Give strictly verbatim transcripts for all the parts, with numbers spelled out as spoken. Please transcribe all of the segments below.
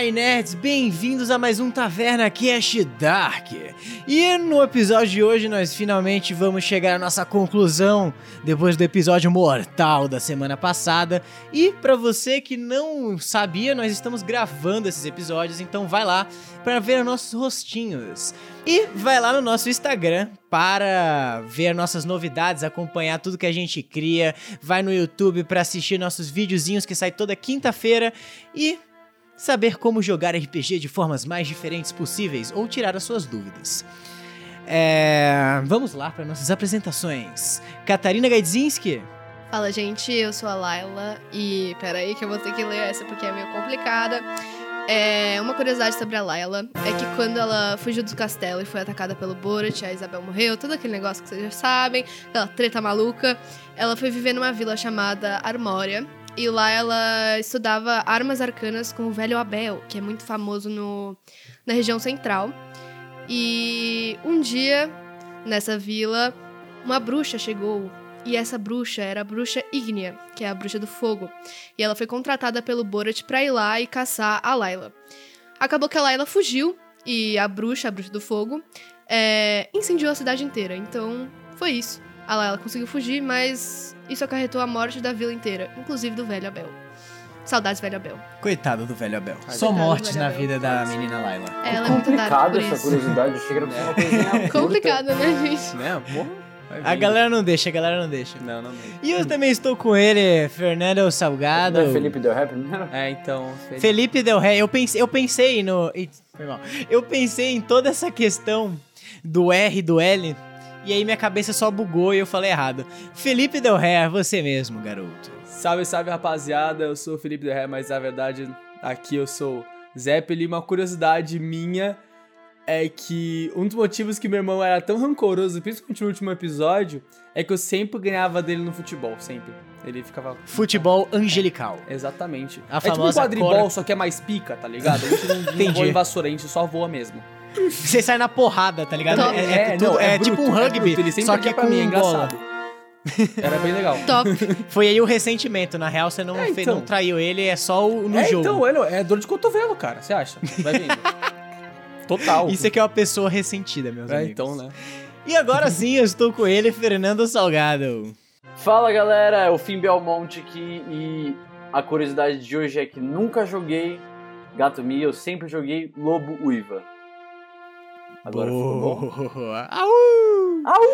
aí, nerds, bem-vindos a mais um Taverna Cast Dark. E no episódio de hoje nós finalmente vamos chegar à nossa conclusão depois do episódio mortal da semana passada. E pra você que não sabia, nós estamos gravando esses episódios, então vai lá para ver nossos rostinhos. E vai lá no nosso Instagram para ver nossas novidades, acompanhar tudo que a gente cria. Vai no YouTube para assistir nossos videozinhos que saem toda quinta-feira e saber como jogar R P G de formas mais diferentes possíveis ou tirar as suas dúvidas. É... Vamos lá para nossas apresentações. Catarina Gaidzinski. Fala, gente, eu sou a Layla e peraí que eu vou ter que ler essa porque é meio complicada. É, uma curiosidade sobre a Layla é que quando ela fugiu do castelo e foi atacada pelo Borat, a Isabel morreu, todo aquele negócio que vocês já sabem, aquela treta maluca, ela foi viver numa vila chamada Armória. E lá ela estudava armas arcanas com o velho Abel, que é muito famoso no, na região central. E um dia, nessa vila, uma bruxa chegou. E essa bruxa era a bruxa Ígnea, que é a bruxa do fogo. E ela foi contratada pelo Borat pra ir lá e caçar a Layla. Acabou que a Layla fugiu, e a bruxa, a bruxa do fogo, é, incendiou a cidade inteira. Então, foi isso. A Layla conseguiu fugir, mas isso acarretou a morte da vila inteira, inclusive do velho Abel. Saudades, velho Abel. Coitado do velho Abel. Só mortes na vida da menina Layla. É, ela é muito dark por essa isso. curiosidade, chega pra uma coisinha Complicado, né, gente? Né, porra. A galera não deixa, a galera não deixa. Não, não deixa. E eu também estou com ele, Fernando Salgado. Não é Felipe Del Rey primeiro? É, então... Felipe, Felipe Del Rey. Eu pensei, eu pensei no... Foi mal. Eu pensei em toda essa questão do R e do L, e aí minha cabeça só bugou e eu falei errado. Felipe Del Rey, é você mesmo, garoto. Salve, salve, rapaziada. Eu sou o Felipe Del Rey, mas na verdade aqui eu sou Zeppelin. Uma curiosidade minha é que um dos motivos que meu irmão era tão rancoroso, principalmente no último episódio, é que eu sempre ganhava dele no futebol, sempre. Ele ficava... Futebol angelical. É, exatamente. A é tipo um famosa quadribol, cor... só que é mais pica, tá ligado? A gente não, não voa em vassoura, a gente só voa mesmo. Você sai na porrada, tá ligado? Top. É, é, É, tudo- não, é é tipo bruto, um é rugby, bruto, ele sempre só que quer pra com mim, é bola. engraçado. Era bem legal. Top. Foi aí o ressentimento. Na real, você não, É, fez, então. não traiu ele, é só o, no é, jogo. então, ele é dor de cotovelo, cara. Você acha? Vai vendo. Total. Isso aqui é uma pessoa ressentida, meus É, amigos. então, né? E agora sim, eu estou com ele, Fernando Salgado. Fala galera, é o Fim Belmonte aqui e a curiosidade de hoje é que nunca joguei Gato Mia, eu sempre joguei Lobo Uiva. Agora ficou bom? Boa. Au! Au!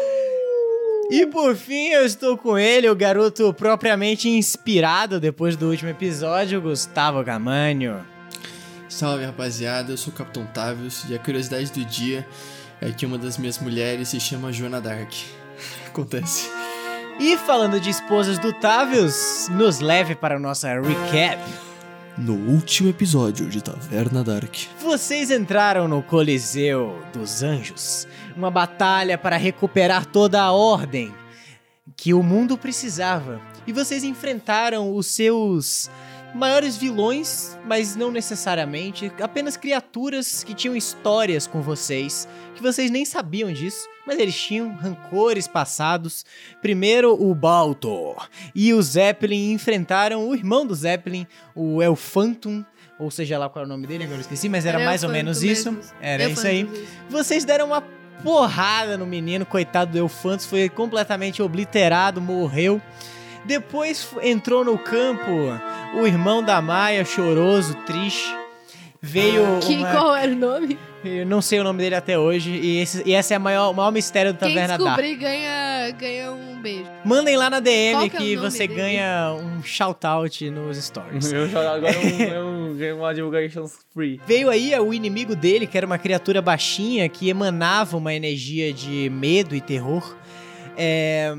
E por fim, eu estou com ele, o garoto propriamente inspirado depois do último episódio, Gustavo Camanho. Salve rapaziada, eu sou o Capitão Tavius e a curiosidade do dia é que uma das minhas mulheres se chama Joana Dark. Acontece. E falando de esposas do Tavius, nos leve para a nossa recap. No último episódio de Taverna Dark. Vocês entraram no Coliseu dos Anjos, uma batalha para recuperar toda a ordem que o mundo precisava. E vocês enfrentaram os seus maiores vilões, mas não necessariamente, apenas criaturas que tinham histórias com vocês, que vocês nem sabiam disso, mas eles tinham rancores passados. Primeiro o Baltor e o Zeppelin enfrentaram o irmão do Zeppelin, o Elphantum, ou seja lá qual é o nome dele, agora eu esqueci, mas era, Era mais ou menos Elphantum isso. mesmo. Era Elphantum isso aí. mesmo. Vocês deram uma porrada no menino, coitado do Elphantum, foi completamente obliterado, morreu. Depois entrou no campo o irmão da Maia, choroso, triste. Veio Que, uma... Qual era o nome? Eu não sei o nome dele até hoje. E esse, e esse é o maior, o maior mistério do Quem Taverna Dark. descobrir ganha, ganha um beijo. Mandem lá na D M Qual que é o que nome você dele? ganha um shout-out nos stories. Eu jogo agora um, um, uma divulgation free. Veio aí o inimigo dele, que era uma criatura baixinha, que emanava uma energia de medo e terror. É...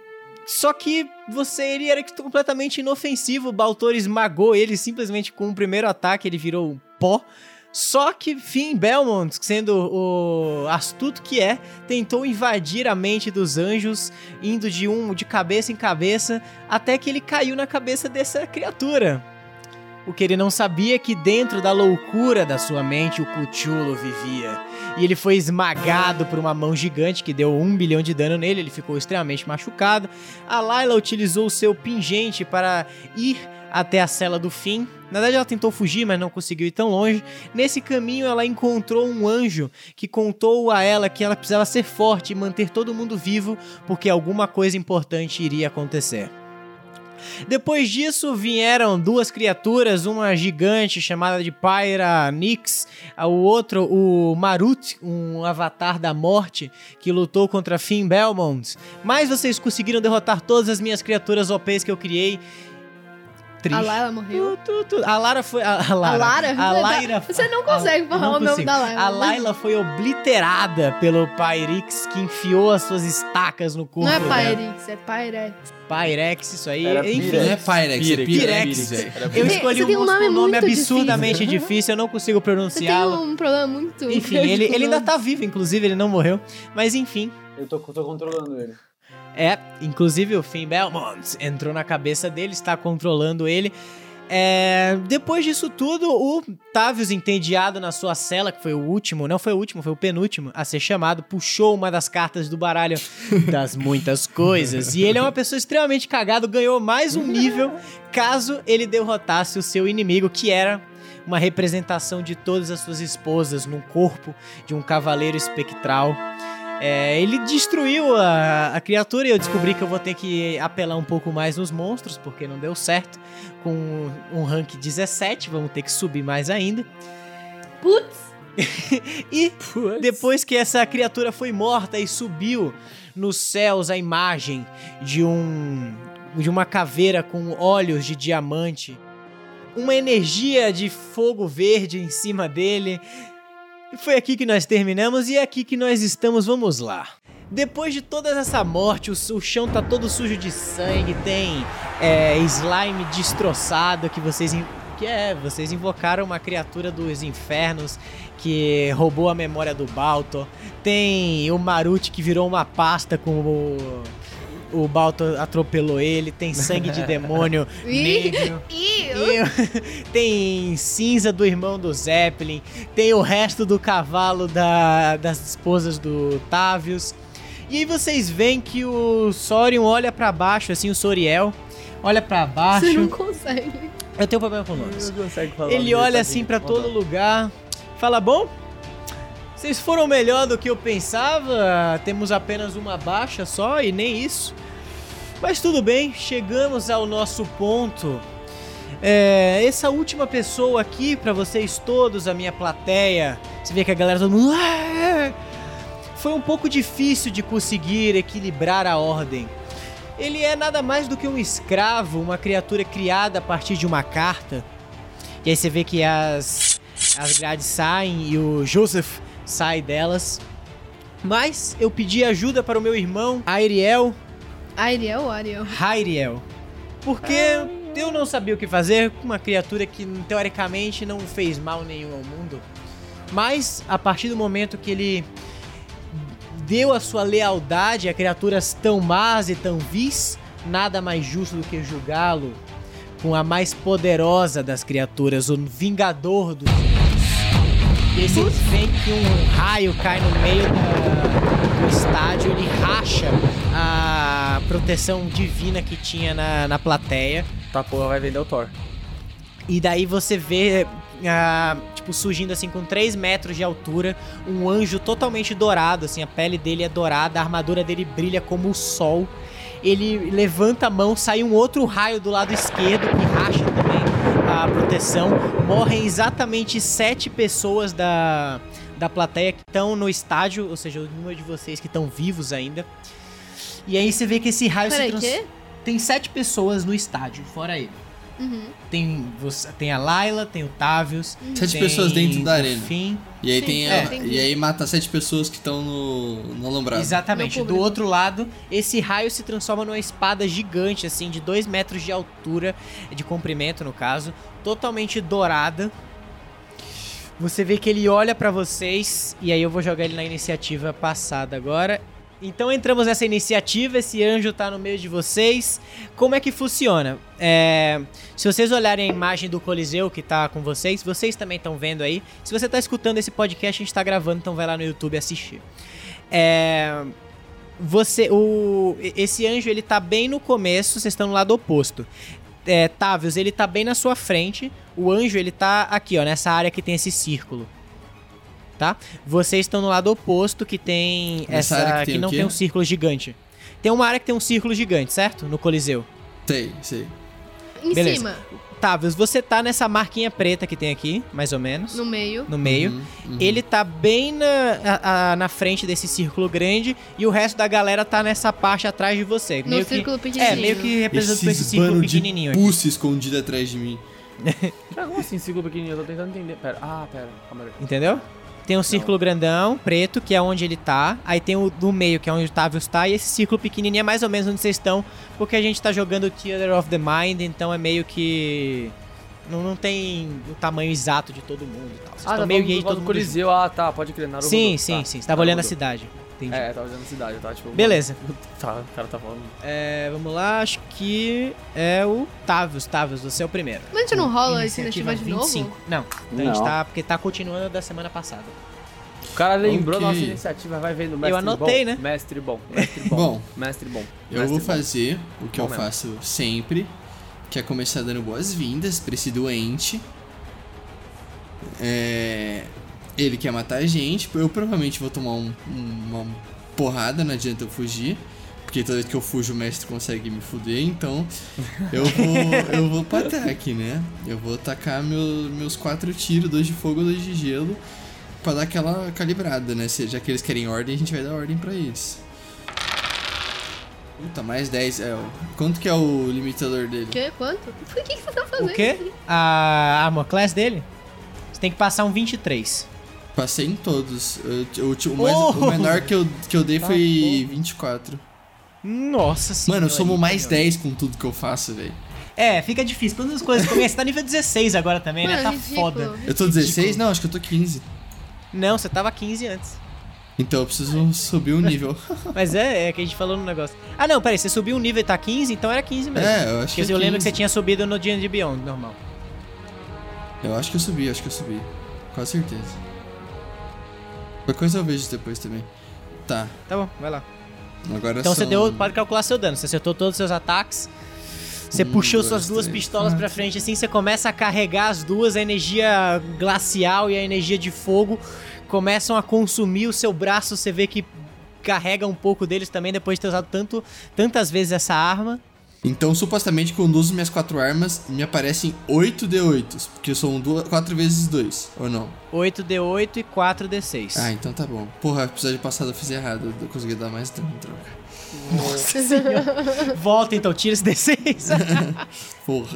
Só que você, ele era completamente inofensivo, o Baltor esmagou ele simplesmente com o primeiro ataque, ele virou um pó. Só que Finn Belmont, sendo o astuto que é, tentou invadir a mente dos anjos, indo de um de cabeça em cabeça, até que ele caiu na cabeça dessa criatura. O que ele não sabia é que dentro da loucura da sua mente o Cthulhu vivia. E ele foi esmagado por uma mão gigante que deu um bilhão de dano nele, ele ficou extremamente machucado. A Layla utilizou o seu pingente para ir até a cela do fim. Na verdade ela tentou fugir, mas não conseguiu ir tão longe. Nesse caminho ela encontrou um anjo que contou a ela que ela precisava ser forte e manter todo mundo vivo, porque alguma coisa importante iria acontecer. Depois disso vieram duas criaturas, uma gigante chamada de Pyra Nyx, o outro o Marut, um avatar da morte que lutou contra Finn Belmont. Mas vocês conseguiram derrotar todas as minhas criaturas O Ps que eu criei. Triste. A Layla morreu. Tu, tu, tu. A Lara foi... A, a Lara. A Lara? A Lyra, Você não consegue a, falar não o nome consigo. da Layla. A Layla foi obliterada pelo Pyrix, que enfiou as suas estacas no corpo Não é dela. Pyrex, é Pyrex. Pyrex, isso aí. Era Enfim. Não é Pyrex, é Pirex. Pirex, Pirex. velho. Eu Você tem- escolhi você um, tem um monstro nome com nome muito absurdamente difícil. difícil, eu não consigo Você tem pronunciá-lo. um problema muito Enfim, grande ele, com ele o ainda nome. tá vivo, inclusive, ele não morreu. Mas enfim. Eu tô, tô controlando ele. É, inclusive o Finn Belmont entrou na cabeça dele, está controlando ele. É, depois disso tudo, o Tavius, entediado na sua cela, que foi o último, não foi o último, foi o penúltimo a ser chamado, puxou uma das cartas do baralho das muitas coisas. E ele é uma pessoa extremamente cagado, ganhou mais um nível caso ele derrotasse o seu inimigo, que era uma representação de todas as suas esposas num corpo de um cavaleiro espectral. É, ele destruiu a, a criatura e eu descobri que eu vou ter que apelar um pouco mais nos monstros, porque não deu certo. Com um rank dezessete, vamos ter que subir mais ainda. Putz! E depois que essa criatura foi morta e subiu nos céus a imagem de um de uma caveira com olhos de diamante, uma energia de fogo verde em cima dele. E foi aqui que nós terminamos e é aqui que nós estamos, vamos lá. Depois de toda essa morte, o, o chão tá todo sujo de sangue, tem é, slime destroçado que vocês... Que é, vocês invocaram uma criatura dos infernos que roubou a memória do Baltor. Tem o Marut que virou uma pasta com o... O Baltor atropelou ele, tem sangue de demônio negro. Ih, E tem cinza do irmão do Zeppelin, tem o resto do cavalo da, das esposas do Tavius. E aí vocês veem que o Sorion olha pra baixo, assim, o Soriel olha pra baixo. você não consegue. Eu tenho problema com nomes. Não consegue falar Ele mesmo, olha tadinho. assim pra todo lugar, fala, bom, vocês foram melhor do que eu pensava, temos apenas uma baixa só e nem isso. Mas tudo bem, chegamos ao nosso ponto. É, essa última pessoa aqui, pra vocês todos, a minha plateia, você vê que a galera, todo mundo... Foi um pouco difícil de conseguir equilibrar a ordem. Ele é nada mais do que um escravo, uma criatura criada a partir de uma carta. E aí você vê que as, as grades saem e o Joseph sai delas. Mas eu pedi ajuda para o meu irmão, Ariel, Ariel ou Ariel? Hyriel, porque eu não sabia o que fazer com uma criatura que teoricamente não fez mal nenhum ao mundo. Mas a partir do momento que ele deu a sua lealdade a criaturas tão más e tão vis, nada mais justo do que julgá-lo com a mais poderosa das criaturas, o Vingador dos Mundos. E aí vocês veem que um raio cai no meio da, do estádio, ele racha a proteção divina que tinha na, na plateia. Tá, porra, vai vender o Thor. E daí você vê, ah, tipo, surgindo assim com três metros de altura, um anjo totalmente dourado, assim, a pele dele é dourada, a armadura dele brilha como o sol. Ele levanta a mão, sai um outro raio do lado esquerdo que racha também a proteção. Morrem exatamente sete pessoas da, da plateia que estão no estádio, ou seja, o número de vocês que estão vivos ainda. E aí você vê que esse raio Peraí, se trans... quê? Tem sete pessoas no estádio, fora ele. Uhum. Tem, você, tem a Layla, tem o Tavius. Sete tem pessoas dentro da o arena. Finn. E aí Sim, tem é, a- entendi. e aí mata sete pessoas que estão no, no alambrado. Exatamente. No Do público. outro lado, esse raio se transforma numa espada gigante, assim, de dois metros de altura, de comprimento, no caso, totalmente dourada. Você vê que ele olha pra vocês, e aí eu vou jogar ele na iniciativa passada agora. Então entramos nessa iniciativa, esse anjo tá no meio de vocês. Como é que funciona? É, se vocês olharem a imagem do Coliseu que tá com vocês, vocês também estão vendo aí. Se você tá escutando esse podcast, a gente tá gravando, então vai lá no YouTube assistir. É, você, o, esse anjo, ele tá bem no começo, vocês estão no lado oposto. É, Tavius, ele tá bem na sua frente. O anjo, ele tá aqui, ó, nessa área que tem esse círculo. Tá? Vocês estão no lado oposto, que tem Nessa essa área que que tem o não quê? tem um círculo gigante. Tem uma área que tem um círculo gigante, certo? No Coliseu. Sei, sei. Em Beleza. cima, Tavius, você tá nessa marquinha preta que tem aqui, mais ou menos. no meio. No meio. Uhum, uhum. Ele tá bem na, a- a- na frente desse círculo grande e o resto da galera tá nessa parte atrás de você. No meio círculo que, pequenininho. É, meio que representa esse Esses círculo bando de pequenininho aqui. pulse escondido atrás de mim. Cara, como assim, círculo pequenininho? Eu tô tentando entender. Pera, ah, pera, calma aí. Entendeu? Tem um círculo grandão, preto, que é onde ele tá. Aí tem o do meio, que é onde o Tavius tá. E esse círculo pequenininho é mais ou menos onde vocês estão. Porque a gente tá jogando Theater of the Mind, então é meio que... Não, não tem o tamanho exato de todo mundo e tal. Vocês Ah, estão tá meio falando que aí do todo mundo... Coliseu. Ah, tá, pode crer, Naruto. Sim, sim, tá. sim. Você tava olhando a Naruto. cidade. Entendi. É, tava olhando a cidade, eu tava tipo... Beleza. Tá, o cara tá falando... É, vamos lá, acho que é o Tavius. Tavius, você é o primeiro. Mas a gente não rola a iniciativa de vinte e cinco. novo? Não, então a gente Não. tá, porque tá continuando da semana passada. O cara lembrou Ok. nossa iniciativa, vai vendo, mestre Eu anotei, bom, né? Mestre bom, mestre bom, Bom, mestre bom. Eu mestre vou bom. fazer o que Bom eu mesmo. faço sempre, que é começar dando boas-vindas pra esse doente. É... Ele quer matar a gente, eu provavelmente vou tomar um- um- uma porrada, não adianta eu fugir. Porque toda vez que eu fujo o mestre consegue me fuder, então eu vou, eu vou pra ataque, né? Eu vou tacar meu- meus quatro tiros, dois de fogo, dois de gelo, pra dar aquela calibrada, né? Se- Já que eles querem ordem, a gente vai dar ordem pra eles. Puta, mais dez. É, o- quanto que é o limitador dele? Que? Quanto? O que, que você tá fazendo? O quê? A armor class dele? Você tem que passar um vinte e três. Passei em todos. Eu- eu- o, mais- Oh! o menor que eu, que eu dei Tá, foi vinte e quatro. Nossa senhora. Mano, eu somo mais Daniel. dez com tudo que eu faço, velho. É, fica difícil. Quando as coisas começam, você tá nível dezesseis agora também, né? Mano, Tá ridículo. foda. Eu tô dezesseis? Não, acho que eu tô quinze. Não, você tava quinze antes. Então eu preciso subir o nível. Mas é, é que a gente falou no negócio. Ah, não, peraí, você subiu um nível e tá quinze, então era quinze mesmo. É, eu acho que Porque é eu lembro que quinze. você tinha subido no D and D Beyond, normal. Eu acho que eu subi, acho que eu subi. Com certeza. Qualquer coisa eu vejo depois também. Tá, Tá bom, vai lá. agora Então são... você deu, pode calcular seu dano. Você acertou todos os seus ataques. Você Um, puxou dois, suas duas três, pistolas pra quatro. frente assim, você começa a carregar as duas, a energia glacial e a energia de fogo começam a consumir o seu braço, você vê que carrega um pouco deles também depois de ter usado tanto, tantas vezes essa arma. Então, supostamente, quando eu uso minhas quatro armas, me aparecem oito D oito, porque são duas, quatro vezes dois, ou não? oito D oito e quatro D seis. Ah, então tá bom. Porra, episódio passado eu fiz errado, eu consegui dar mais dano, droga. Nossa senhora. Volta então, tira esse D seis. Porra.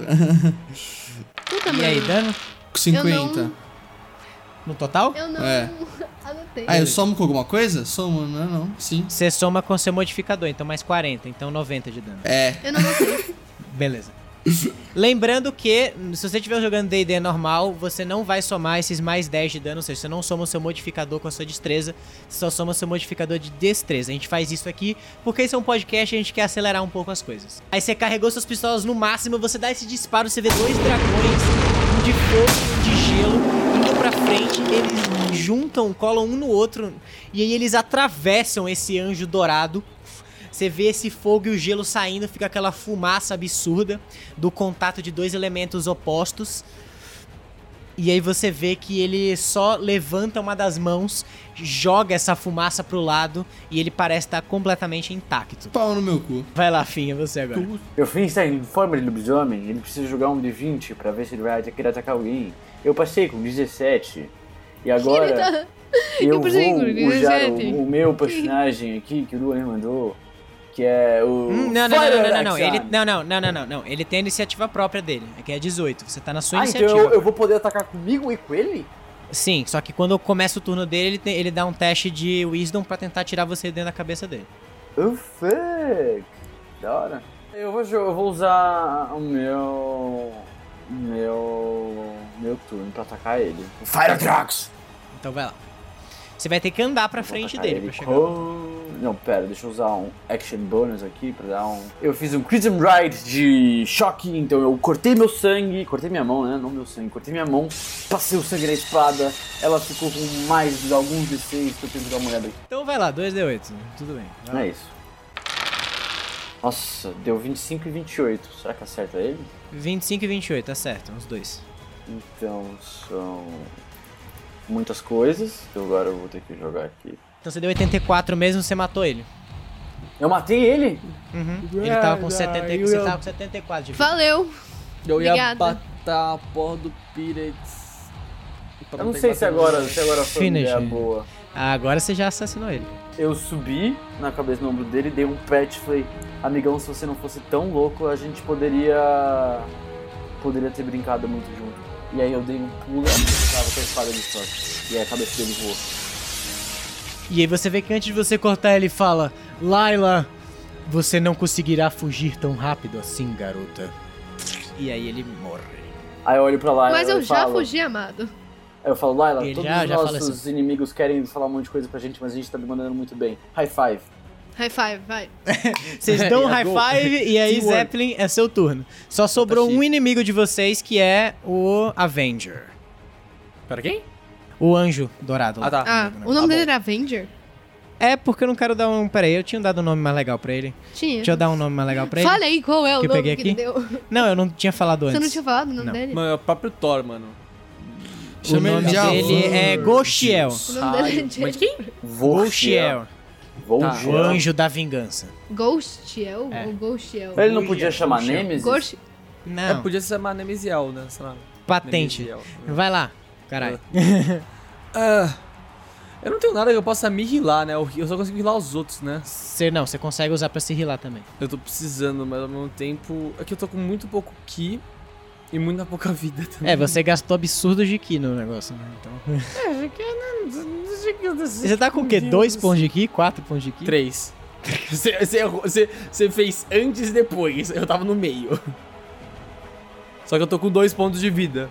Puta, E aí, mano. dano? cinquenta. No total? Eu não É. anotei. Ah, eu somo com alguma coisa? Somo, não, não, sim. Você soma com seu modificador, então mais quarenta, então noventa de dano. É, Eu não anotei. Beleza. Lembrando que, se você estiver jogando D e D normal, você não vai somar esses mais dez de dano, ou seja, você não soma o seu modificador com a sua destreza, você só soma o seu modificador de destreza. A gente faz isso aqui porque esse é um podcast e a gente quer acelerar um pouco as coisas. Aí você carregou suas pistolas no máximo, você dá esse disparo, você vê dois dragões, um de fogo e um de gelo, indo pra frente, eles juntam, colam um no outro, e aí eles atravessam esse anjo dourado. Você vê esse fogo e o gelo saindo, fica aquela fumaça absurda do contato de dois elementos opostos. E aí você vê que ele só levanta uma das mãos, joga essa fumaça pro lado e ele parece estar completamente intacto. pau no meu cu. Vai lá, Finha, você agora. Eu Finn está em forma de lobisomem, ele precisa jogar um D vinte pra ver se ele vai querer atacar alguém. Eu passei com dezessete. E agora Ele tá- eu, eu passei com vou usar dezessete. o, o meu personagem aqui que o Luan mandou, que é o Hum, não, não, não, Fire não, não, não, Action. ele, não, não, não, não, não, não, ele tem a iniciativa própria dele, que é dezoito, você tá na sua Ah, então iniciativa. eu, eu vou poder atacar comigo e com ele? Sim, só que quando começa o turno dele, ele, tem- ele dá um teste de Wisdom pra tentar tirar você dentro da cabeça dele. Oh, fuck. Da hora. Eu vou, jo- eu vou usar o meu... meu... meu turno pra atacar ele. Fire Trucks! Então vai lá. Você vai ter que andar pra Vou frente atacar dele ele pra chegar. com... Não, pera, deixa eu usar um action bonus aqui pra dar um... Eu fiz um Crimson Ride de choque, então eu cortei meu sangue, cortei minha mão, né? Não meu sangue, cortei minha mão, passei o sangue na espada, ela ficou com mais de alguns D seis, tô tentando dar uma olhada aqui. Então vai lá, dois D oito, tudo bem. Vai lá. É isso. Nossa, deu vinte e cinco e vinte e oito. Será que acerta ele? vinte e cinco e vinte e oito, acertam, os dois. Então são muitas coisas. Então agora eu vou ter que jogar aqui. Então você deu oitenta e quatro mesmo, você matou ele. Eu matei ele? Uhum. Ele tava com setenta, e- você tava com setenta e quatro de vida. Valeu! Eu ia Obrigada. matar a porra do Pirates. Eu não sei se agora, se agora foi uma Finish. ideia boa. Ah, agora você já assassinou ele. Eu subi na cabeça no ombro dele, dei um pet e falei, amigão, se você não fosse tão louco, a gente poderia. Poderia ter brincado muito junto. E aí eu dei um pulo e tava com a espada de sorte. E aí a cabeça dele voou. E aí você vê que antes de você cortar ele fala: Layla, você não conseguirá fugir tão rápido assim, garota. E aí ele morre. Aí eu olho pra lá Mas e eu já falo, fugi, amado. Aí eu falo, Layla, Ele todos já- os já nossos faleceu. inimigos querem falar um monte de coisa pra gente, mas a gente tá me mandando muito bem. High five. High five, vai. Vocês dão um high Go. five e aí, Teamwork. Zeppelin, é seu turno. Só sobrou chique. um inimigo de vocês que é o Avenger. Pera, quem? O anjo dourado. lá. Ah, tá. Ah, o nome dele era Avenger? É porque eu não quero dar um. Peraí, eu tinha dado um nome mais legal pra ele. Tinha. Deixa eu dar um nome mais legal pra ele. Fala aí qual é o Que eu nome peguei que aqui? ele deu. Não, eu não tinha falado antes. Você não tinha falado o nome Não. dele? Mano, é o próprio Thor, mano. O Chama ele nome de dele Avô. é Goshiel. O nome dele é Mas James. quem? Goshiel. Voltiel. O anjo da vingança. Ghostiel? É. Ou Ghostiel? Ele não podia chamar Goshiel. Nemesis? Ghost... É, Não, podia se chamar Nemesiel, né? Sei lá. patente. Nemesiel. Vai lá, caralho. Ah, eu não tenho nada que eu possa me healar, né? Eu eu só consigo healar os outros, né? Você não, você consegue usar pra se healar também. Eu tô precisando, mas ao mesmo tempo... É que eu tô com muito pouco ki e muita pouca vida também. É, você gastou absurdos de ki no negócio, né? Então... Você tá com o quê? Dois pontos de ki? Quatro pontos de ki? Três. Você, você, errou- você, você fez antes e depois. Eu tava no meio. Só que eu tô com dois pontos de vida.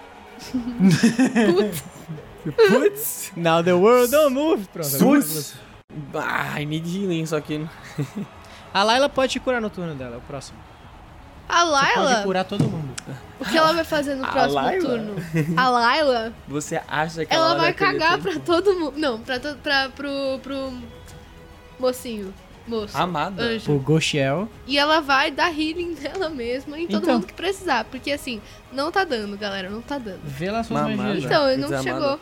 Putz. Now the world don't move. Pronto. Putz. Ah, I need healing, só que... A Layla pode te curar no turno dela, é o próximo. A Você pode Layla? curar todo mundo. O que ela vai fazer no A próximo Layla? turno? A Layla, Você acha que ela vai perder cagar tempo? pra todo mundo. Não, pra, to... pra pro, pro mocinho. Moço. Amada. Anjo. O Goshiel. E ela vai dar healing dela mesma em todo Então. mundo que precisar. Porque assim, não tá dando, galera. Não tá dando. Vê lá suas Mamada. magias. já. Então, ele não Desamada. chegou.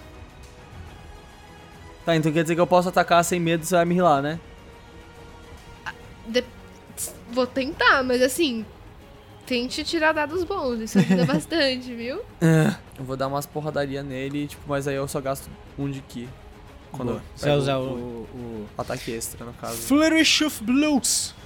Tá, então quer dizer que eu posso atacar sem medo, você vai me healar, né? De- Vou tentar, mas assim, tente tirar dados bons. Isso ajuda bastante, viu? Eu vou dar umas porradaria nele, tipo, mas aí eu só gasto um de ki. Quando Boa. eu Você vai pego usar o, o... o... ataque extra, no caso. Flourish of Blows.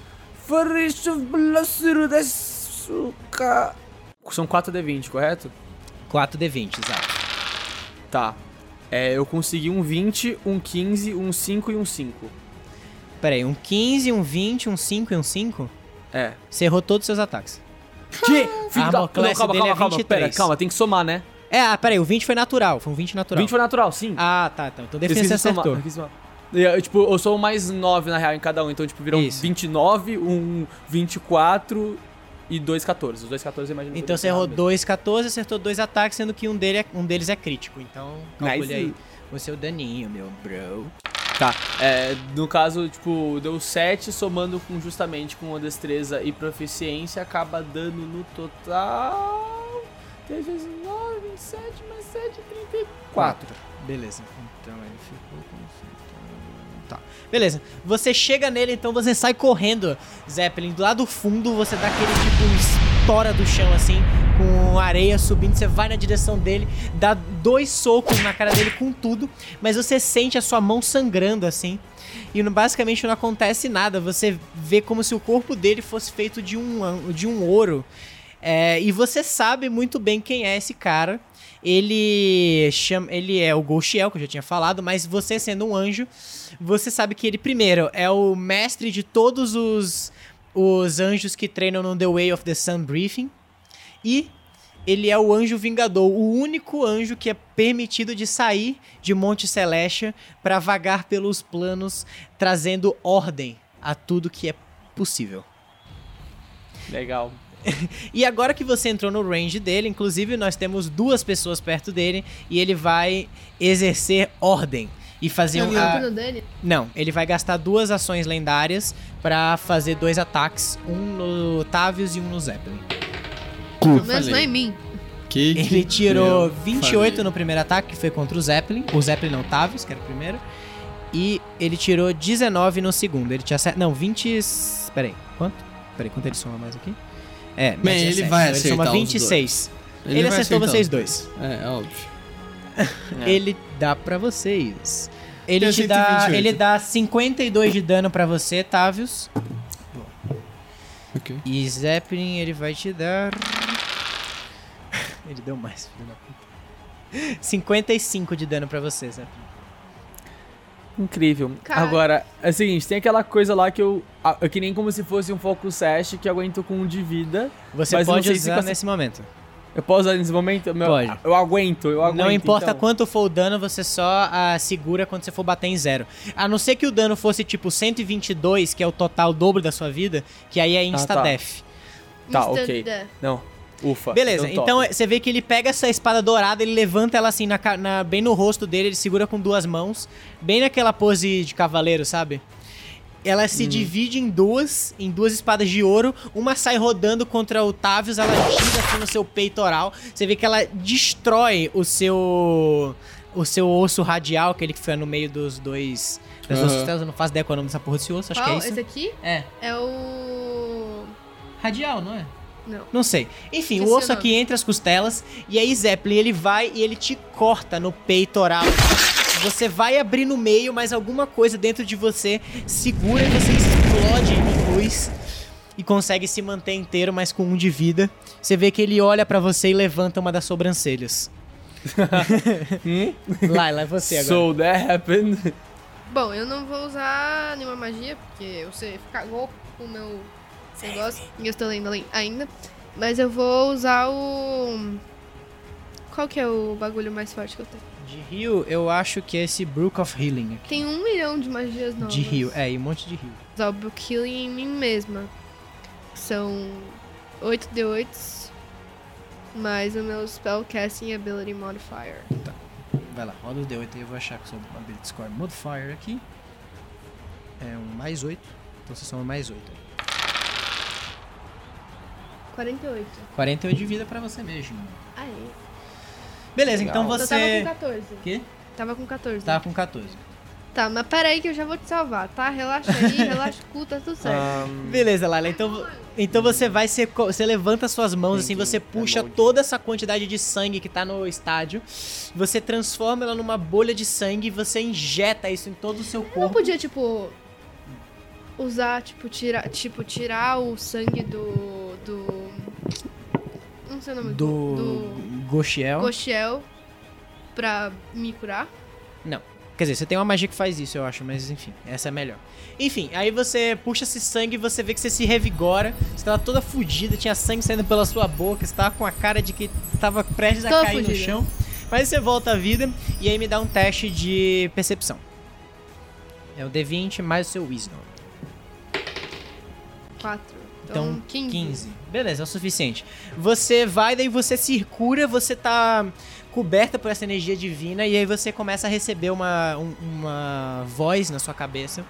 São quatro D vinte, correto? quatro D vinte, exato. Tá. É, eu consegui um vinte, um quinze, um cinco e um cinco. Pera aí, um quinze, um vinte, um cinco e um cinco? É. Você errou todos os seus ataques. Que? Filho da... Armor class Não, calma, dele calma, é calma. vinte e Pera, três. calma, tem que somar, né? É, ah, pera aí, o vinte foi natural, foi um vinte natural. vinte foi natural, sim. Ah, tá, tá. Então Eu defesa você esqueci de somar, acertou. eu esqueci de somar. E, eu, tipo, eu sou mais nove na real em cada um, então tipo, viram Isso. vinte e nove, um vinte e quatro e dois catorze. Os dois catorze eu imagino que Então eu você errou mesmo. dois catorze, acertou dois ataques, sendo que um, dele é- um deles é crítico. Então, calcule Nice. aí o seu daninho, meu bro. Tá, é, no caso, tipo, deu sete, somando com justamente com a destreza e proficiência, acaba dando no total... três vezes nove, vinte e sete, mais sete, trinta e quatro. Beleza. Então ele ficou com... Tá. Beleza. Você chega nele, então você sai correndo, Zeppelin. Do lado do fundo, você dá aquele tipo estoura do chão, assim, com areia subindo. Você vai na direção dele, dá dois socos na cara dele com tudo, mas você sente a sua mão sangrando, assim. E não- basicamente não acontece nada. Você vê como se o corpo dele fosse feito de um, de um ouro. É, e você sabe muito bem quem é esse cara. Ele chama, ele é o Goshiel, que eu já tinha falado, mas você sendo um anjo, você sabe que ele, primeiro, é o mestre de todos os, os anjos que treinam no The Way of the Sun Briefing. E ele é o Anjo Vingador, o único anjo que é permitido de sair de Monte Celestia para vagar pelos planos, trazendo ordem a tudo que é possível. Legal. E agora que você entrou no range dele, inclusive nós temos duas pessoas perto dele e ele vai exercer ordem e fazer um... É o a- turno dele? Não, ele vai gastar duas ações lendárias pra fazer dois ataques, um no Tavius e um no Zeppelin. Pelo menos falei. não é em mim. Que, que Ele tirou eu vinte e oito falei. no primeiro ataque, que foi contra o Zeppelin. O Zeppelin não, o Tavius, que era o primeiro. E ele tirou dezenove no segundo. Ele tinha... acer- Não, vinte... Peraí, quanto? Peraí, quanto ele soma mais aqui? É, mais Bem, ele dezessete, vai então ele soma acertar os vinte e seis. Ele Ele, vai acertou acertar vocês os dois. É, é óbvio. Ele dá pra vocês. Ele Tem te cento e vinte e dá, oito. ele dá cinquenta e dois de dano pra você, Tavius. Ok. E Zeppelin, ele vai te dar... Ele deu mais, filho da puta. cinquenta e cinco de dano pra você, Zeppelin. Incrível. Caralho. Agora, é o seguinte, tem aquela coisa lá que eu... ah, é que nem como se fosse um Focus Sash que eu aguento com um de vida. Você Mas eu não pode sei se usar com essa- nesse momento. Eu posso usar nesse momento? Meu, Pode. Eu aguento, eu aguento. Não importa então. quanto for o dano, você só ah, segura quando você for bater em zero. A não ser que o dano fosse tipo cento e vinte e dois, que é o total dobro da sua vida, que aí é insta-death. Tá, Instant ok. death. Não, ufa. Beleza, então então top. você vê que ele pega essa espada dourada, ele levanta ela assim, na, ca- na- bem no rosto dele, ele segura com duas mãos, bem naquela pose de cavaleiro, sabe? Ela se divide em duas, em duas espadas de ouro, uma sai rodando contra o Tavius, ela gira assim no seu peitoral, você vê que ela destrói o seu o seu osso radial, aquele que foi no meio dos dois, das duas Aham. costelas, eu não faço ideia qual é o nome dessa porra desse osso, acho Qual? que é isso. Esse aqui É, é o... radial, não é? Não. Não sei. Enfim, Esqueci o o osso nome. aqui entre as costelas. E aí, Zeppelin, ele vai e ele te corta no peitoral. Você vai abrir no meio, mas alguma coisa dentro de você segura e você explode em luz. E consegue se manter inteiro, mas com um de vida. Você vê que ele olha pra você e levanta uma das sobrancelhas. Laila, é você agora. So that happened. Bom, eu não vou usar nenhuma magia, porque você cagou com o meu negócio. E eu estou lendo ali ainda. Mas eu vou usar o... Qual que é o bagulho mais forte que eu tenho? De rio, eu acho que é esse Brook of Healing aqui. Tem um milhão de magias novas. De rio, é, e um monte de rio. Vou usar o Brook Healing em mim mesma. São oito D oito mais o meu Spellcasting Ability Modifier. Vai lá, roda os D oito aí, eu vou achar que o seu Ability Score Modifier aqui é um mais oito, então você soma mais oito aí. quarenta e oito. quarenta e oito de vida pra você mesmo. Aê. Beleza, Legal. então Eu tava com você... catorze. Quê? Tava com catorze. Tava com catorze. Tá, mas pera aí que eu já vou te salvar, tá? Relaxa aí, relaxa o cu, tá tudo certo. Um, Beleza, Laila, então, então você vai, ser, você levanta suas mãos assim, você puxa toda essa quantidade de sangue que tá no estádio, você transforma ela numa bolha de sangue e você injeta isso em todo o seu Eu não corpo. podia, tipo, usar, tipo, tirar, tipo, tirar o sangue do... do... Não sei o nome. Do, Do Goshiel. Goshiel pra me curar. Não. Quer dizer, você tem uma magia que faz isso, eu acho, mas enfim, essa é melhor. Enfim, aí você puxa esse sangue e você vê que você se revigora. Você tava toda fudida, tinha sangue saindo pela sua boca, você tava com a cara de que tava prestes a Toda cair fudida. no chão. Mas você volta à vida e aí me dá um teste de percepção. É o D vinte mais o seu Wisdom. quatro. Então, Então, quinze. quinze. Beleza, é o suficiente. Você vai, daí você se cura, você tá coberta por essa energia divina e aí você começa a receber uma, um- uma voz na sua cabeça.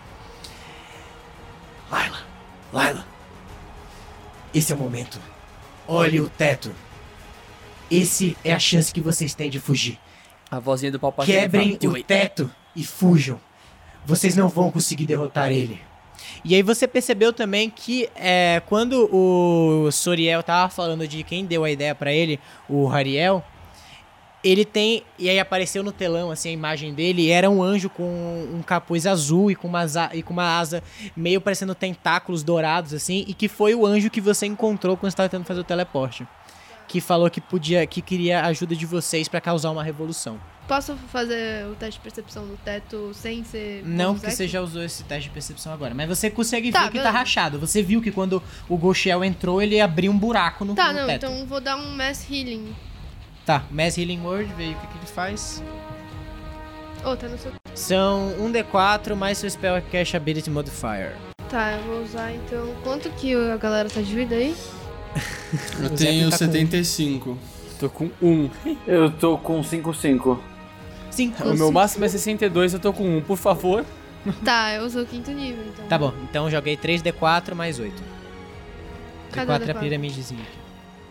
Laila, Laila, esse é o momento. Olhe o teto. Esse é a chance que vocês têm de fugir. a vozinha do Palpatine. Quebrem fala, "Do o it." teto e fujam. Vocês não vão conseguir derrotar ele. E aí você percebeu também que é, quando o Soriel tava falando de quem deu a ideia pra ele, o Hariel, ele tem, e aí apareceu no telão assim a imagem dele, e era um anjo com um capuz azul e com uma, asa- e com uma asa meio parecendo tentáculos dourados assim, e que foi o anjo que você encontrou quando você estava tentando fazer o teleporte. Que falou que podia, que queria a ajuda de vocês pra causar uma revolução. Posso fazer o teste de percepção do teto sem ser... Não, bonus porque você action? já usou esse teste de percepção agora. Mas você consegue Tá, ver que tá beleza. rachado. Você viu que quando o Goshiel entrou, ele abriu um buraco no, Tá, no não, teto. então vou dar um Mass Healing. Tá, Mass Healing Word, vê aí o que, que ele faz. Oh, tá no seu... São um D quatro mais seu Spell Cast Ability Modifier. Tá, eu vou usar então... Quanto que a galera tá de vida aí? Eu O Zé tenho tá com- setenta e cinco. Tô com um. Eu tô com cinco cinco. Cinco. O meu máximo é sessenta e dois, eu tô com um, por favor. Tá, eu usei o quinto nível, então. Tá bom, então joguei três D quatro mais oito. Cadê D o quatro é a D quatro? piramidezinha aqui.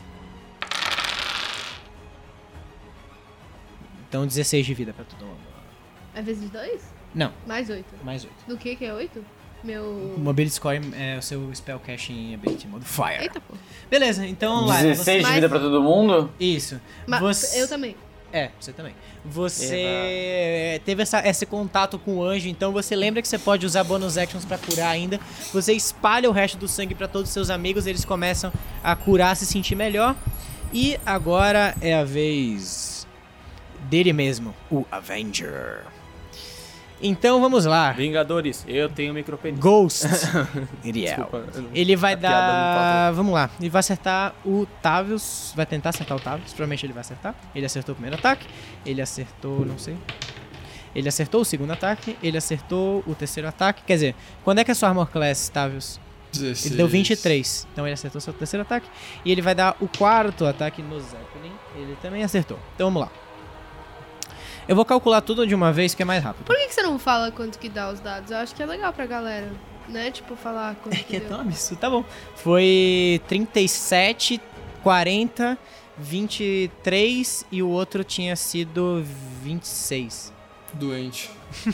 Então dezesseis de vida pra todo mundo. É vezes dois? Não, Mais oito. mais oito. Do que que é oito? Meu... O Mobility Score é o seu Spell Casting Ability Modifier. Eita, pô. Beleza, então lá. dezesseis de Mas- vida pra todo mundo? Isso. Mas Você... eu também. É, você também. Você teve essa, esse contato com o anjo, então você lembra que você pode usar bonus actions pra curar ainda. Você espalha o resto do sangue pra todos os seus amigos, eles começam a curar, se sentir melhor. E agora é a vez dele mesmo, o Avenger. Então vamos lá. Vingadores, eu tenho micropênis. Ghost. Iriel. Desculpa, eu não- Ele vai a piada não dar. Vamos lá. Ele vai acertar o Tavius. Vai tentar acertar o Tavius. Provavelmente ele vai acertar. Ele acertou o primeiro ataque. Ele acertou. Não sei. Ele acertou o segundo ataque. Ele acertou o terceiro ataque. Quer dizer, quando é que é sua armor class, Tavius? dezesseis. Ele deu vinte e três. Então ele acertou o seu terceiro ataque. E ele vai dar o quarto ataque no Zeppelin. Ele também acertou. Então vamos lá. Eu vou calcular tudo de uma vez que é mais rápido. Por que, que você não fala quanto que dá os dados? Eu acho que é legal pra galera, né? Tipo, falar quanto É que que é deu. tão absurdo. Tá bom. Foi trinta e sete, quarenta, vinte e três e o outro tinha sido vinte e seis. Doente.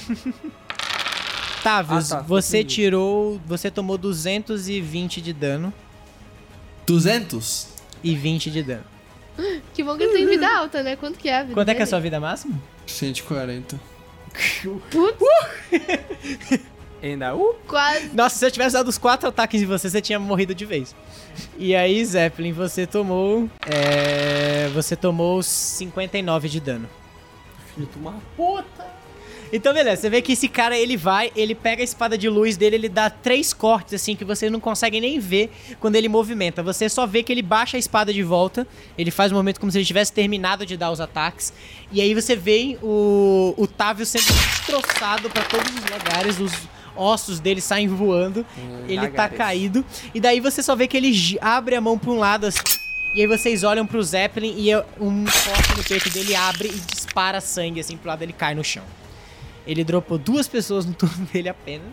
Tavius, Ah, tá, você entendi. tirou. Você tomou duzentos e vinte de dano duzentos? e vinte de dano. Que bom que ele tem vida alta, né? Quanto que é a vida Quanto é que é a dele? sua vida máxima? cento e quarenta. Putz, Ainda, uh, quase. Nossa, se eu tivesse dado os quatro ataques em você, você tinha morrido de vez. E aí, Zeppelin, você tomou. É, você tomou cinquenta e nove de dano. filho de uma puta. Então, beleza, você vê que esse cara, ele vai, ele pega a espada de luz dele, ele dá três cortes, assim, que vocês não conseguem nem ver quando ele movimenta. Você só vê que ele baixa a espada de volta, ele faz um movimento como se ele tivesse terminado de dar os ataques, e aí você vê o, o Távio sendo destroçado pra todos os lugares, os ossos dele saem voando, ele tá lagares. caído, e daí você só vê que ele gi- abre a mão pra um lado, assim, e aí vocês olham pro Zeppelin e um corte no peito dele abre e dispara sangue, assim, pro lado, ele cai no chão. Ele dropou duas pessoas no turno dele apenas.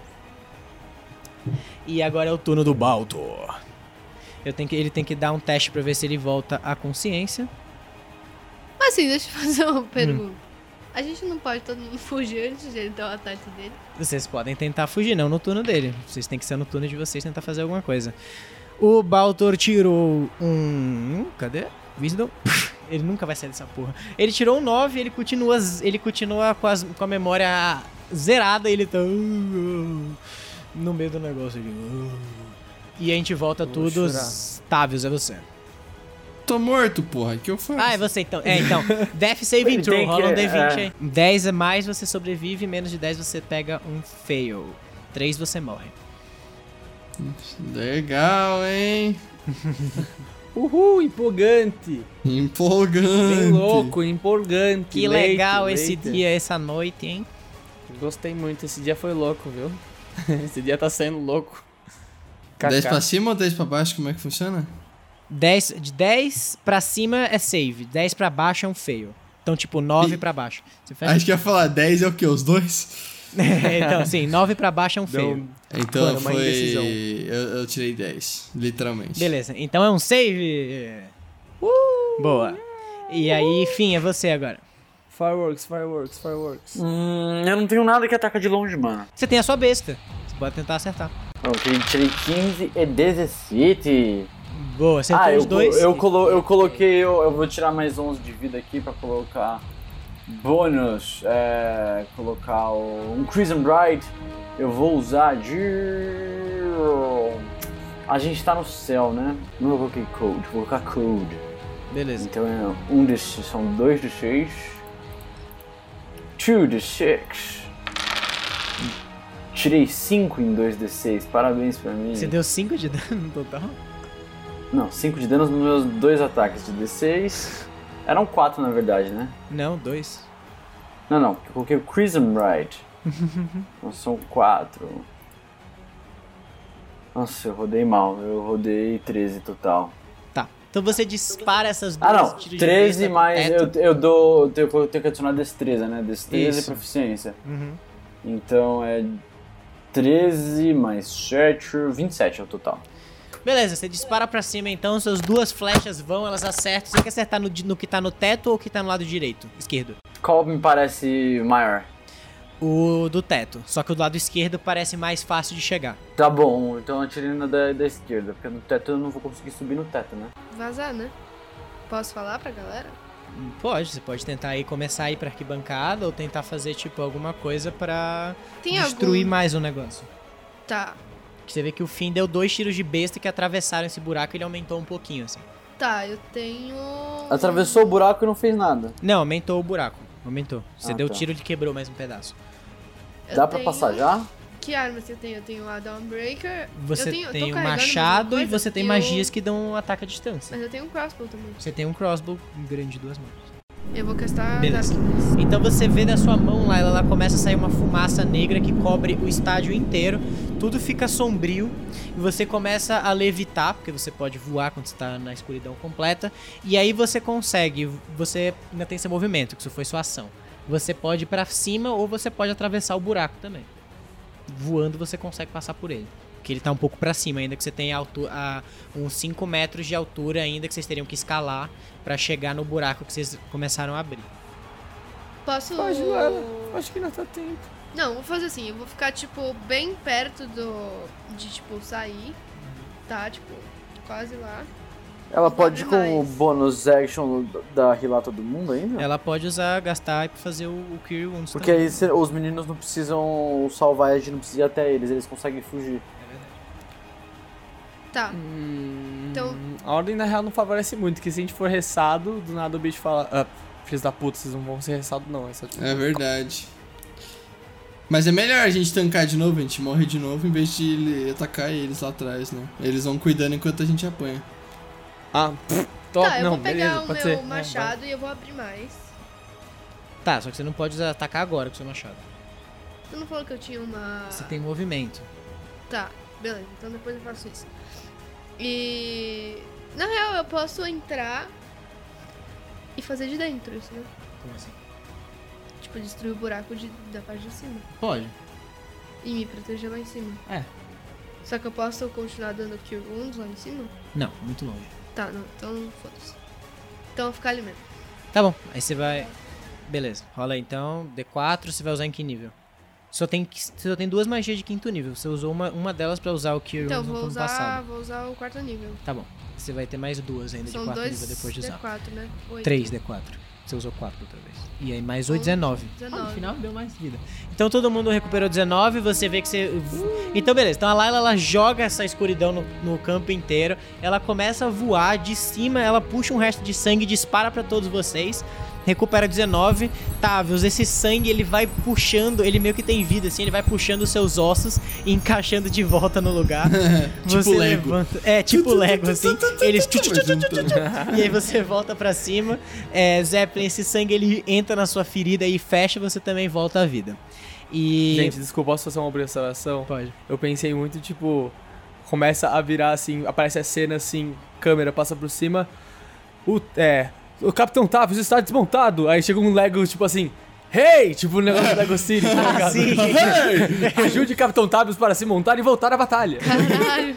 E agora é o turno do Baltor. Eu tenho que, ele tem que dar um teste pra ver se ele volta à consciência. Mas assim, deixa eu fazer Hum. uma pergunta. A gente não pode todo mundo fugir antes de ele dar o ataque dele? Vocês podem tentar fugir, não no turno dele. Vocês têm que ser no turno de vocês tentar fazer alguma coisa. O Baltor tirou um... Cadê? Wisdom. Ele nunca vai sair dessa porra. Ele tirou um nove, ele continua, ele continua com, as, com a memória zerada. Ele tá... no meio do negócio. Ele, e a gente volta Vou tudo. chorar. Távios, é você. Tô morto, porra. O que eu faço? Ah, é você então. É, então. Death Saving Ele Throw. tem Rola um que- D vinte é. aí. dez a mais você sobrevive, menos de dez você pega um fail. três você morre. Legal, hein? Uhul, empolgante. Empolgante. Bem louco, empolgante. Que leite, legal esse leite. dia, essa noite, hein? Gostei muito, esse dia foi louco, viu? Esse dia tá sendo louco. dez Kaká. pra cima ou dez pra baixo? Como é que funciona? dez, de dez pra cima é save, dez pra baixo é um fail. Então, tipo, nove E- pra baixo. Você fecha? Acho que ia falar dez é o quê? Os dois? Então, sim, nove pra baixo é um Deu fail. Então Mano, uma foi. indecisão. Eu, eu tirei dez, literalmente. Beleza, então é um save. Boa. E aí, fim, é você agora. Fireworks, fireworks, fireworks. Hum, eu não tenho nada que ataca de longe, mano. Você tem a sua besta. Você pode tentar acertar. Ok, tirei quinze e dezessete. Boa, acertou Ah, eu, os dois. eu, colo, eu coloquei, eu, eu vou tirar mais onze de vida aqui pra colocar bônus, é, colocar o, um Crimson Bright. Eu vou usar de... A gente tá no céu, né? Não coloquei Code, vou colocar Code. Beleza. Então é um desses, são dois de seis. two d six. Tirei cinco em dois d seis, parabéns pra mim. Você deu cinco de dano no total? Não, cinco de dano nos meus dois ataques de d seis. Eram quatro na verdade, né? Não, dois. Não, não, eu coloquei o Crimson Ride. Então são quatro. Nossa, eu rodei mal, eu rodei treze total. Tá, então você dispara essas duas Ah não, tiros de treze besta no mais teto. eu, eu dou, eu tenho, eu tenho que adicionar destreza, né? Destreza Isso. e proficiência. Uhum. Então é treze mais sete, vinte e sete é o total. Beleza, você dispara pra cima então, suas duas flechas vão, elas acertam. Você quer acertar no, no que tá no teto ou o que tá no lado direito? Esquerdo. Qual me parece maior? O do teto, só que o do lado esquerdo parece mais fácil de chegar. Tá bom, então eu atirei na da, da esquerda, porque no teto eu não vou conseguir subir no teto, né? Vazar, né? Posso falar pra galera? Pode, você pode tentar aí começar a ir pra arquibancada ou tentar fazer tipo alguma coisa pra Tem destruir algum... mais o negócio. Tá. Que você vê que o Finn deu dois tiros de besta que atravessaram esse buraco e ele aumentou um pouquinho assim. Tá, eu tenho... Atravessou o buraco e não fez nada. Não, aumentou o buraco. Aumentou. Você Ah, deu tá. tiro, ele quebrou mais um pedaço. Eu Dá pra tenho- passar já? Que armas eu tenho? Eu tenho a Dawnbreaker. Você eu tenho, eu tô tem o carregando machado duas e você tem eu- magias que dão um ataque à distância. Mas eu tenho um crossbow também. Você tem um crossbow grande de duas mãos. Eu vou castar Beleza. Darkness. Então você vê da sua mão lá, ela começa a sair uma fumaça negra que cobre o estádio inteiro. Tudo fica sombrio e você começa a levitar, porque você pode voar quando você tá na escuridão completa. E aí você consegue, você ainda tem seu movimento, que isso foi sua ação. Você pode ir pra cima ou você pode atravessar o buraco também. Voando você consegue passar por ele. Que ele tá um pouco pra cima ainda, que você tem altu- a, uns cinco metros de altura ainda que vocês teriam que escalar pra chegar no buraco que vocês começaram a abrir. Posso... Pode, ela. Acho que não tá tempo. Não, vou fazer assim. Eu vou ficar, tipo, bem perto do... De, tipo, sair. Tá, tipo, quase lá. Ela pode ir com o mais. bônus action da healar todo mundo ainda? Ela pode usar, gastar pra fazer o, o Cure Wounds Porque também. aí cê- os meninos não precisam salvar, a gente não precisa ir até eles, eles conseguem fugir. Tá. Então- Hum, A ordem na real não favorece muito, que se a gente for ressado, do nada o bicho fala: Ah, filhos da puta, vocês não vão ser ressados não. Essa... É verdade. Mas é melhor a gente tancar de novo, a gente morre de novo, em vez de ele atacar eles lá atrás, né? Eles vão cuidando enquanto a gente apanha. Ah, pff, top, tá, eu não, vou pegar beleza, o pode meu ser. machado e eu vou abrir mais. Tá, só que você não pode usar, atacar agora com o seu machado. Tu não falou que eu tinha uma... Você tem movimento. Tá, beleza. Então depois eu faço isso. E... Na real, eu posso entrar e fazer de dentro isso, né? Como assim? Tipo, destruir o buraco de, da parte de cima. Pode. E me proteger lá em cima. É. Só que eu posso continuar dando Cure Wounds lá em cima? Não, muito longe. Tá, não. Então, foda-se. Então eu vou ficar ali mesmo. Tá bom, aí você vai... Beleza, rola aí então. D quatro, você vai usar em que nível? Só tem, só tem duas magias de quinto nível. Você usou uma, uma delas pra usar o Cure Então, Wounds no vou turno usar, passado. vou usar o quarto nível. Tá bom. Você vai ter mais duas ainda São de quarto dois nível depois de usar. D quatro, né? Oito. três D quatro. Você usou quatro outra vez. E aí mais oito, dezenove. dezenove. Ah, no final deu mais vida. Então todo mundo recuperou dezenove, você vê que você... Então beleza, então a Layla ela joga essa escuridão no, no campo inteiro, ela começa a voar de cima, ela puxa um resto de sangue e dispara pra todos vocês. Recupera dezenove. Tavius, esse sangue ele vai puxando, ele meio que tem vida assim, ele vai puxando os seus ossos e encaixando de volta no lugar. Tipo Você Lego. levanta- É, tipo Lego assim. Eles Juntando. e aí você volta pra cima. É, Zeppelin, esse sangue ele entra na sua ferida e fecha, você também volta à vida. E Gente, desculpa, posso fazer uma observação? pode. Eu pensei muito, tipo, começa a virar assim, aparece a cena assim, câmera passa por cima. O, é, o Capitão Tavius está desmontado. Aí chega um Lego, tipo assim, hey! Tipo um negócio do Lego City, tá Ah, ligado? sim. Ajude Capitão Tavius para se montar e voltar à batalha. Caralho.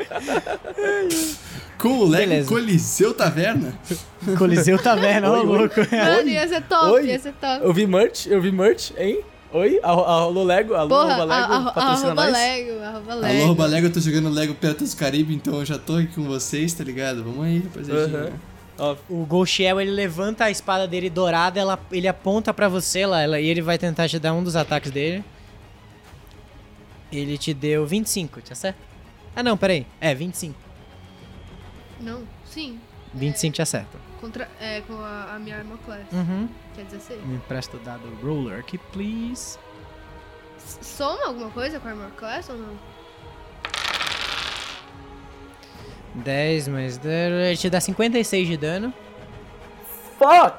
Com o Lego Beleza. Coliseu Taverna? Coliseu Taverna, ô Oi, oi. louco. Mano, ia ser top, Oi. ia ser top. Eu vi merch, eu vi merch, hein? Oi? A, a, alô Lego, alô Porra, arroba Lego, a- a- patrocina arroba nós. Lego, arroba Alô, Lego. Rouba Lego, eu tô jogando Lego Piratas do Caribe, então eu já tô aqui com vocês, tá ligado? Vamos aí, rapaziadinha. Aham. Ó, O Golshell, ele levanta a espada dele dourada, ela, ele aponta pra você lá, ela, e ele vai tentar te dar um dos ataques dele. Ele te deu vinte e cinco, tá certo? Ah não, peraí. É, vinte e cinco. Não, sim. vinte e cinco te acerta. Contra, é, com a, a minha Armor Class. Uhum. Que é dezesseis. Me empresta o dado roller aqui, please. S- Soma alguma coisa com a Armor Class ou não? dez mais dez, ele te dá cinquenta e seis de dano. Fuck!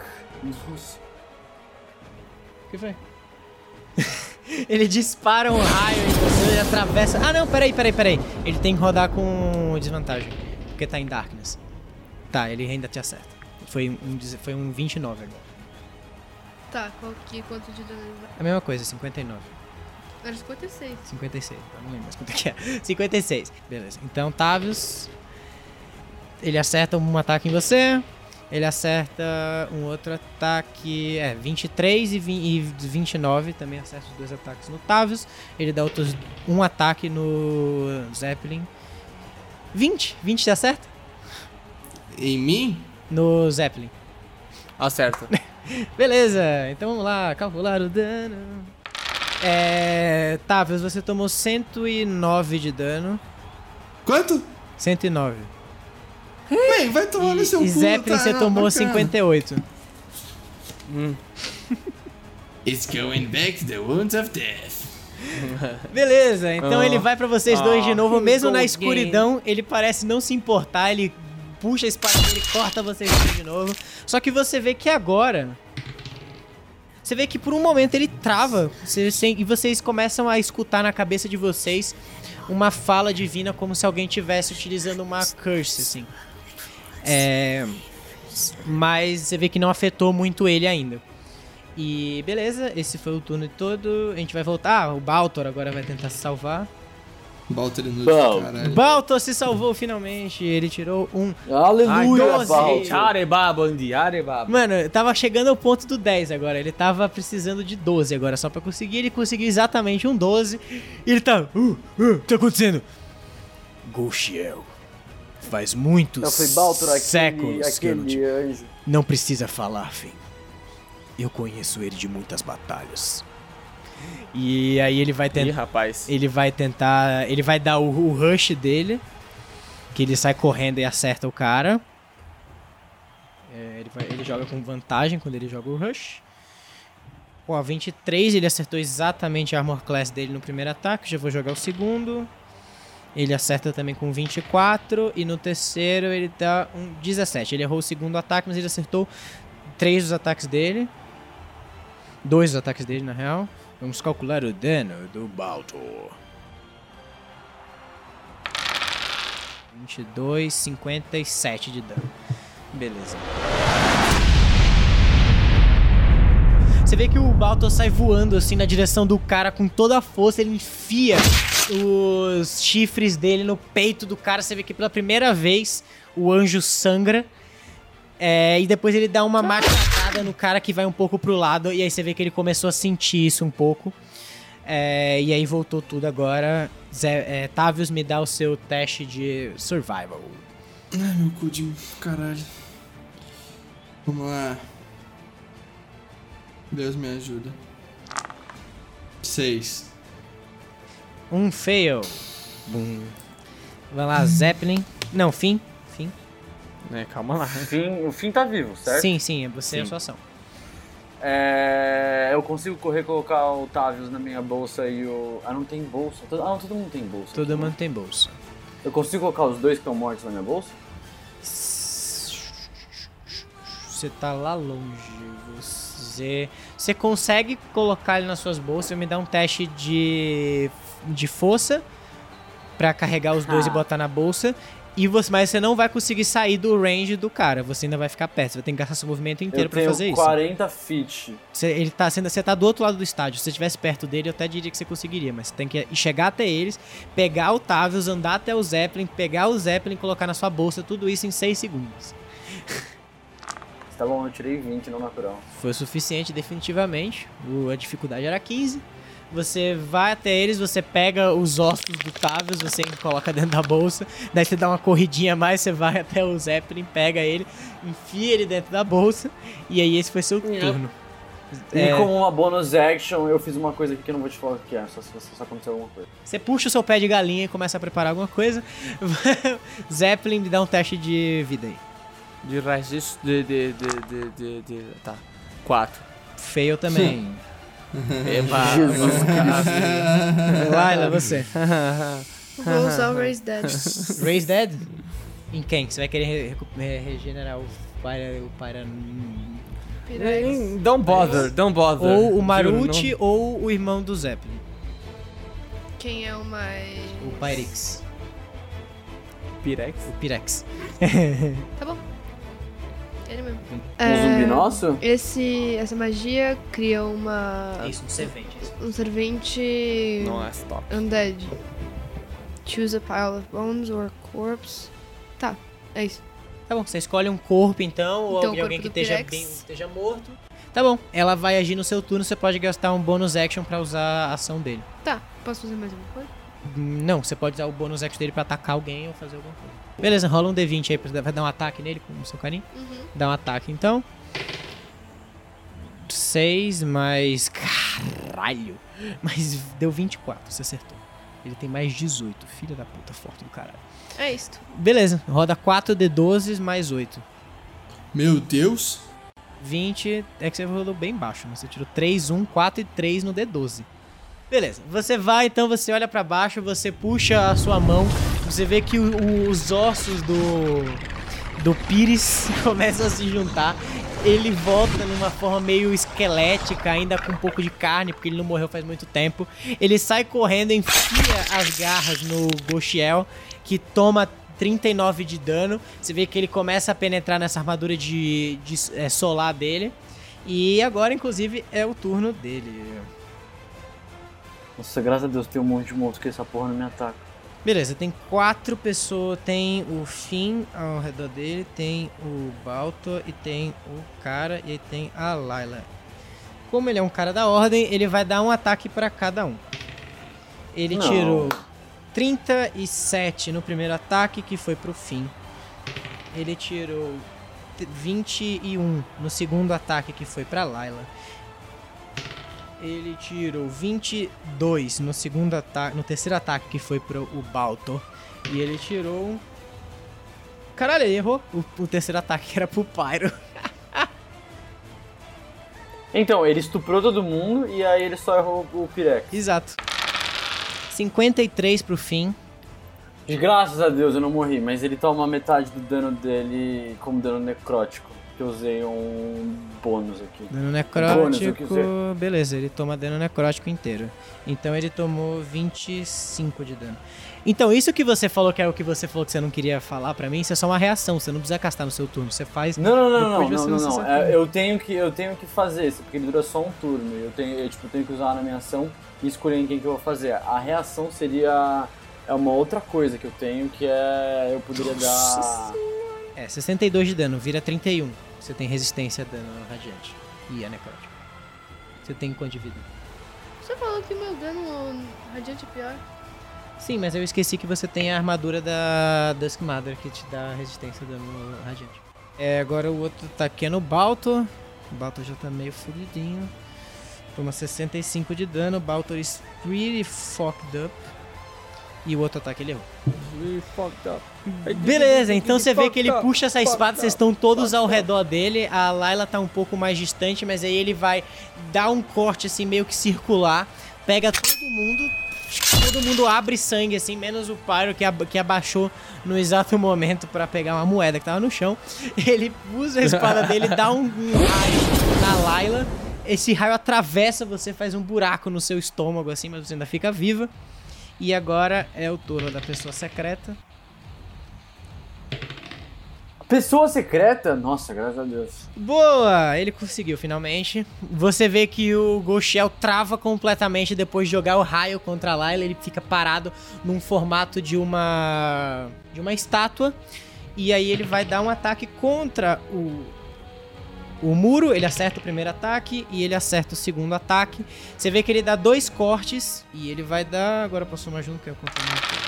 O que foi? Ele dispara um raio em você e atravessa... Ah, não, peraí, peraí, peraí. Ele tem que rodar com desvantagem, porque tá em Darkness. Tá, ele ainda te acerta. Foi um, foi um vinte e nove agora. Tá, qual que, quanto de dano ele dá? A mesma coisa, cinquenta e nove. Era cinquenta e seis. cinquenta e seis, eu não lembro mais quanto é que é. cinquenta e seis, beleza. Então, Tavius, ele acerta um ataque em você, ele acerta um outro ataque, é, vinte e três e vinte e nove, também acerta os dois ataques no Tavius, ele dá outros um ataque no Zeppelin. vinte, vinte te acerta? Em mim? No Zeppelin. Acerta. Beleza, então vamos lá, calcular o dano. É, Tavius, você tomou cento e nove de dano. Quanto? cento e nove. Bem, vai tomar no seu E cu, Zeppelin tá? você tomou Bacana. cinquenta e oito. It's going back to the wounds of death. Beleza, então Ah. ele vai pra vocês dois de Ah, novo, mesmo na go escuridão, ele parece não se importar, ele puxa a espada dele, corta vocês dois de novo. Só que você vê que agora... Você vê que por um momento ele trava, vocês- e vocês começam a escutar na cabeça de vocês uma fala divina como se alguém estivesse utilizando uma curse, assim. É... Mas você vê que não afetou muito ele ainda. E beleza, esse foi o turno todo. A gente vai voltar. Ah, o Baltor agora vai tentar se salvar. Baltor inútil, Bom. caralho. Baltor se salvou finalmente. Ele tirou um. Aleluia, doze. Baltor. Areba, Bandi, Areba. Mano, tava chegando ao ponto do dez agora. Ele tava precisando de doze agora só pra conseguir. Ele conseguiu exatamente um doze. E ele tá. Uh, uh, o que tá acontecendo? Goshiel. Faz muitos Então foi Baltor aquele, séculos que eu não te... aquele anjo. Não precisa falar, Finn. Eu conheço ele de muitas batalhas. E aí ele vai Ih, tentar. rapaz. Ele vai tentar. Ele vai dar o, o rush dele. Que ele sai correndo e acerta o cara. É, ele, vai- ele joga com vantagem quando ele joga o rush. Com a vinte e três, ele acertou exatamente a Armor Class dele no primeiro ataque. Já vou jogar o segundo. Ele acerta também com vinte e quatro. E no terceiro ele dá um dezessete. Ele errou o segundo ataque, mas ele acertou três dos ataques dele. Dois dos ataques dele, na real. Vamos calcular o dano do Baltor. vinte e dois, cinquenta e sete de dano. Beleza. Você vê que o Baltor sai voando assim na direção do cara com toda a força. Ele enfia os chifres dele no peito do cara. Você vê que pela primeira vez o anjo sangra. É, e depois ele dá uma machadada no cara que vai um pouco pro lado. E aí você vê que ele começou a sentir isso um pouco. É, e aí voltou tudo agora. Zé, é, Tavius, me dá o seu teste de survival. Ai, meu cu de caralho. Vamos lá. Deus me ajuda. Seis. Um fail. Bum. Vai lá, Zeppelin. Não, Finn. Finn. É, calma lá. O fim, o fim tá vivo, certo? Sim, sim, é você e a Sim. sua ação. É, eu consigo correr, colocar o Tavius na minha bolsa e o... Ah, não tem bolsa. Todo- Ah, não, todo mundo tem bolsa. Todo mundo tem bolsa. Eu consigo colocar os dois que estão mortos na minha bolsa? Você tá lá longe. Você, você consegue colocar ele nas suas bolsas. Me dá um teste de, de força pra carregar os dois Ah. e botar na bolsa. E você, mas você não vai conseguir sair do range do cara. Você ainda vai ficar perto. Você vai ter que gastar seu movimento inteiro Eu pra tenho fazer isso. quarenta feet. Você, ele tá, sendo, você tá do outro lado do estádio. Se você estivesse perto dele, eu até diria que você conseguiria. Mas você tem que chegar até eles, pegar o Tavius, andar até o Zeppelin, pegar o Zeppelin e colocar na sua bolsa. Tudo isso em seis segundos. Tá bom, eu tirei vinte no natural. Foi o suficiente, definitivamente. O- a dificuldade era quinze. Você vai até eles, você pega os ossos do Tavius, você coloca dentro da bolsa. Daí você dá uma corridinha a mais, você vai até o Zeppelin, pega ele, enfia ele dentro da bolsa. E aí esse foi seu turno. E É, como uma bonus action, eu fiz uma coisa aqui que eu não vou te falar o que é, só se só acontecer alguma coisa. Você puxa o seu pé de galinha e começa a preparar alguma coisa. Zeppelin, me dá um teste de vida aí. De resist... De, de, de, de, de, de... Tá. quatro. Fail também. Eba, Jesus Laila, você. Vou usar o Raise Dead. Raise Dead? Em quem? Você vai querer re- recu- re- regenerar o Pyra... O Pyra... Pirex. Don't bother, don't bother. Ou o Juro, Maruti não- ou o irmão do Zeppelin. Quem é o mais... O Pyrix. Pirex? O Pirex. Tá bom. Ele mesmo. Um zumbi nosso? Esse, essa magia cria uma... É isso, um servente. um servente... Não é stop. Undead. Choose a pile of bones or corpse. Tá, é isso. Tá bom, você escolhe um corpo então, ou Então, o alguém, alguém que corpo do esteja, Pirex. bem, esteja morto. Tá bom, ela vai agir no seu turno, você pode gastar um bônus action pra usar a ação dele. Tá, posso fazer mais uma coisa? Hum, Não, você pode usar o bônus action dele pra atacar alguém ou fazer alguma coisa. Beleza, rola um D vinte aí, pra- vai dar um ataque nele com o seu carinho? Uhum. Dá um ataque então. seis mais... Caralho! Mas deu vinte e quatro, você acertou. Ele tem mais dezoito, filha da puta, forte do caralho. É isto. Beleza, roda quatro D doze mais oito. Meu Deus. vinte, é que você rolou bem baixo, né? Você tirou três, um, quatro e três no D doze. Beleza, você vai, então você olha pra baixo, você puxa a sua mão, você vê que o- os ossos do do Pires começam a se juntar. Ele volta numa forma meio esquelética, ainda com um pouco de carne, porque ele não morreu faz muito tempo. Ele sai correndo, enfia as garras no Goshiel, que toma trinta e nove de dano. Você vê que ele começa a penetrar nessa armadura de, de é, solar dele. E agora, inclusive, é o turno dele. Nossa, graças a Deus tem um monte de monstro que essa porra não me ataca. Beleza, tem quatro pessoas. Tem o Finn ao redor dele, tem o Baltor e tem o cara e aí tem a Layla. Como ele é um cara da ordem, ele vai dar um ataque pra cada um. Ele Não. tirou trinta e sete no primeiro ataque, que foi pro Finn. Ele tirou t- vinte e um no segundo ataque, que foi pra Layla. Ele tirou vinte e dois no segundo ataque, no terceiro ataque, que foi pro o Baltor. E ele tirou... Caralho, ele errou o, o terceiro ataque, que era pro Pyro. Então, ele estuprou todo mundo e aí ele só errou o Pirex. Exato. cinquenta e três pro fim. De graças a Deus eu não morri, mas ele toma metade do dano dele como dano necrótico. Que eu usei um bônus aqui. Dano Bônus, eu necrótico. quis dizer. Beleza, ele toma dano necrótico inteiro. Então ele tomou vinte e cinco de dano. Então, isso que você falou, que é o que você falou que você não queria falar pra mim, isso é só uma reação. Você não precisa castar no seu turno. Você faz. Não, não, não, depois não, você não, usa não, seu não. turno. É, eu tenho que eu tenho que fazer isso, porque ele dura só um turno. Eu tenho, eu, tipo, tenho que usar na minha ação e escolher em quem que eu vou fazer. A reação seria é uma outra coisa que eu tenho, que é eu poderia dar É, sessenta e dois de dano, vira trinta e um. Você tem resistência a dano radiante. E é necrótico. Você tem quanto de vida? Você falou que meu dano radiante é pior. Sim, mas eu esqueci que você tem a armadura da Dusk Mother, que te dá resistência a dano radiante. É, agora o outro tá aqui é no Baltor. O Baltor já tá meio fudidinho. Toma sessenta e cinco de dano. O Baltor is pretty fucked up. E o outro ataque ele errou. Beleza, então você vê que ele puxa essa espada, vocês estão todos ao redor dele, a Layla tá um pouco mais distante, mas aí ele vai dar um corte assim meio que circular, pega todo mundo, todo mundo abre sangue assim, menos o Pyro que, ab que abaixou no exato momento pra pegar uma moeda que tava no chão. Ele usa a espada dele, dá um, um raio na Layla, esse raio atravessa você, faz um buraco no seu estômago assim, mas você ainda fica viva. E agora é o turno da pessoa secreta. pessoa secreta. Nossa, graças a Deus. Boa! Ele conseguiu finalmente. Você vê que o Goshiel trava completamente depois de jogar o raio contra a Layla. Ele fica parado num formato de uma de uma estátua. E aí ele vai dar um ataque contra o o muro. Ele acerta o primeiro ataque e ele acerta o segundo ataque. Você vê que ele dá dois cortes e ele vai dar... Agora eu posso somar junto que eu conto.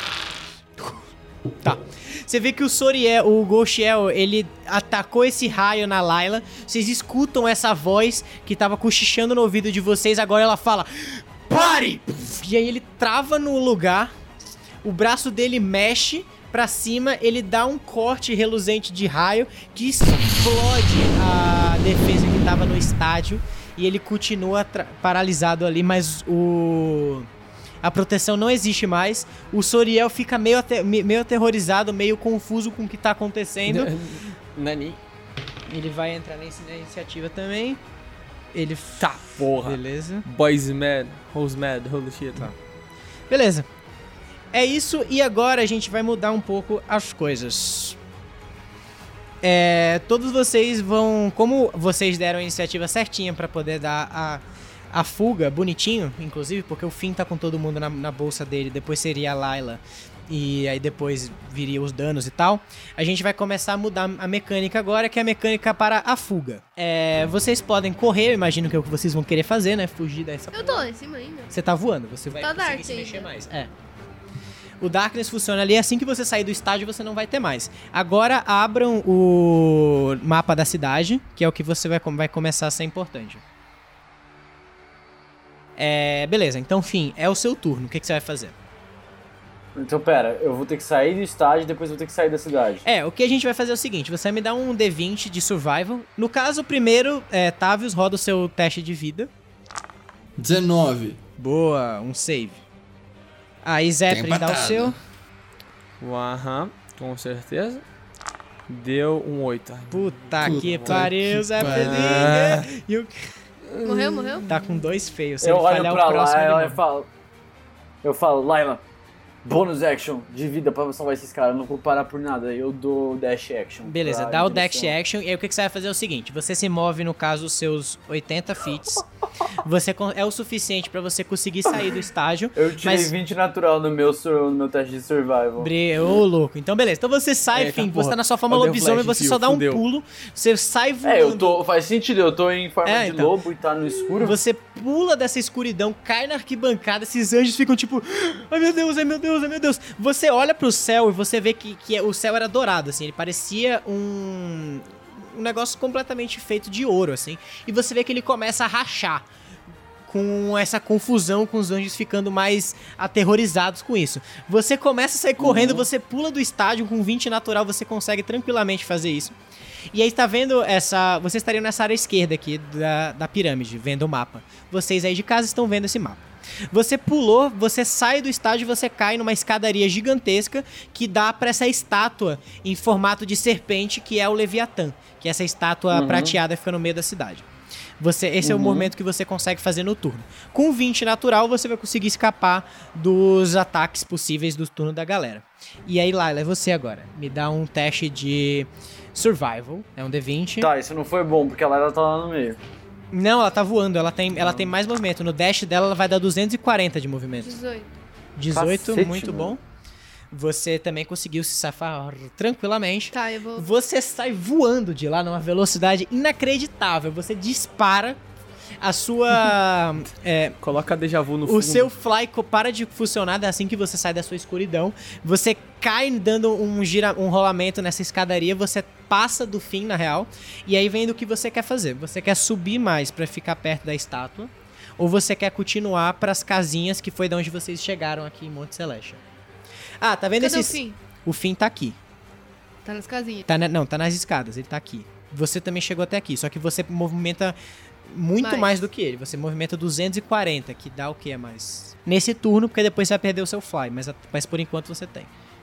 Tá. Você vê que o Soriel, o Goshiel, ele atacou esse raio na Layla. Vocês escutam essa voz que tava cochichando no ouvido de vocês. Agora ela fala: pare! E aí ele trava no lugar. O braço dele mexe pra cima, ele dá um corte reluzente de raio que explode a defesa que tava no estádio e ele continua paralisado ali, mas o... a proteção não existe mais. O Soriel fica meio, ater... meio aterrorizado, meio confuso com o que tá acontecendo. Nani. Ele vai entrar nessa iniciativa também. Ele... Tá, porra. Beleza. Boys mad, who's mad, holy shit. Tá. Beleza. É isso, e agora a gente vai mudar um pouco as coisas. É, todos vocês vão... Como vocês deram a iniciativa certinha pra poder dar a, a fuga, bonitinho, inclusive, porque o Finn tá com todo mundo na, na bolsa dele, depois seria a Layla, e aí depois viria os danos e tal. A gente vai começar a mudar a mecânica agora, que é a mecânica para a fuga. É, vocês podem correr, eu imagino que é o que vocês vão querer fazer, né? Fugir dessa... Eu tô lá em cima ainda. Você tá voando, você vai Tá conseguir Dark se mexer ainda. mais. É. O Darkness funciona ali, assim que você sair do estádio você não vai ter mais. Agora abram o mapa da cidade, que é o que você vai, vai começar a ser importante. É, beleza, então fim, é o seu turno, o que, que você vai fazer? Então, pera, eu vou ter que sair do estádio e depois vou ter que sair da cidade. É, o que a gente vai fazer é o seguinte, você vai me dar um D vinte de survival. No caso, primeiro, é, Tavius roda o seu teste de vida. dezenove. Boa, um save. Aí Zeppelin dá o empatada. seu. Aham, com certeza. Deu um oito. Puta, Puta que que pariu, Zeppelin. pariu. E o... Morreu, morreu? Tá com dois feios. Se Eu ele olho falhar pra o próximo, lá ele e morre. eu falo... Eu falo, Layla, bônus action de vida pra salvar esses caras, eu não vou parar por nada. Eu dou dash action. Beleza, pra dá o direção. dash action e aí o que que você vai fazer é o seguinte, você se move, no caso, os seus oitenta feet, você con- é o suficiente pra você conseguir sair do estágio, Eu tirei mas... vinte natural no meu, sur- no meu teste de survival. Bre... Ô, louco. Então, beleza. Então você sai, Eita, enfim, porra. você tá na sua forma Eu dei um lobisomem, flash, você fio, só dá um fudeu. pulo, você sai voando. É, eu tô. Faz sentido, eu tô em forma É, de então. lobo e tá no escuro. Você pula dessa escuridão, cai na arquibancada, esses anjos ficam tipo... Ai, meu Deus, ai, meu Deus, ai, meu Deus. Você olha pro céu e você vê que, que o céu era dourado, assim. Ele parecia um... Um negócio completamente feito de ouro, assim. E você vê que ele começa a rachar. Com essa confusão, com os anjos ficando mais aterrorizados com isso. Você começa a sair correndo, você pula do estádio com vinte natural, você consegue tranquilamente fazer isso. E aí, tá vendo essa... Vocês estariam nessa área esquerda aqui da, da pirâmide, vendo o mapa. Vocês aí de casa estão vendo esse mapa. Você pulou, você sai do estádio e você cai numa escadaria gigantesca que dá pra essa estátua em formato de serpente, que é o Leviatã. Que é essa estátua Uhum. prateada que fica no meio da cidade. Você, esse é o Uhum. movimento que você consegue fazer no turno. Com vinte natural, você vai conseguir escapar dos ataques possíveis do turno da galera. E aí, Layla, é você agora. Me dá um teste de survival. É um D vinte. Tá, isso não foi bom, porque a Layla tá lá no meio. Não, ela tá voando. Ela tem, ela tem mais movimento. No dash dela, ela vai dar duzentos e quarenta de movimento. dezoito. dezoito, Cacete, muito mano. bom. Você também conseguiu se safar tranquilamente. Tá, eu vou... Você sai voando de lá numa velocidade inacreditável. Você dispara a sua... é, Coloca déjà vu no o fundo. seu fly co- para de funcionar assim que você sai da sua escuridão. Você cai dando um, gira, um rolamento nessa escadaria. Você passa do fim, na real. E aí vem do que você quer fazer. Você quer subir mais pra ficar perto da estátua? Ou você quer continuar pras casinhas que foi de onde vocês chegaram aqui em Monte Celeste? Ah, tá vendo Cadê esses... o fim? O fim tá aqui. Tá nas casinhas. Tá na- Não, tá nas escadas, ele tá aqui. Você também chegou até aqui, só que você movimenta muito mais, Mais. do que ele. Você movimenta duzentos e quarenta, que dá o que a mais? Nesse turno, porque depois você vai perder o seu fly, mas, a- mas por enquanto você tem.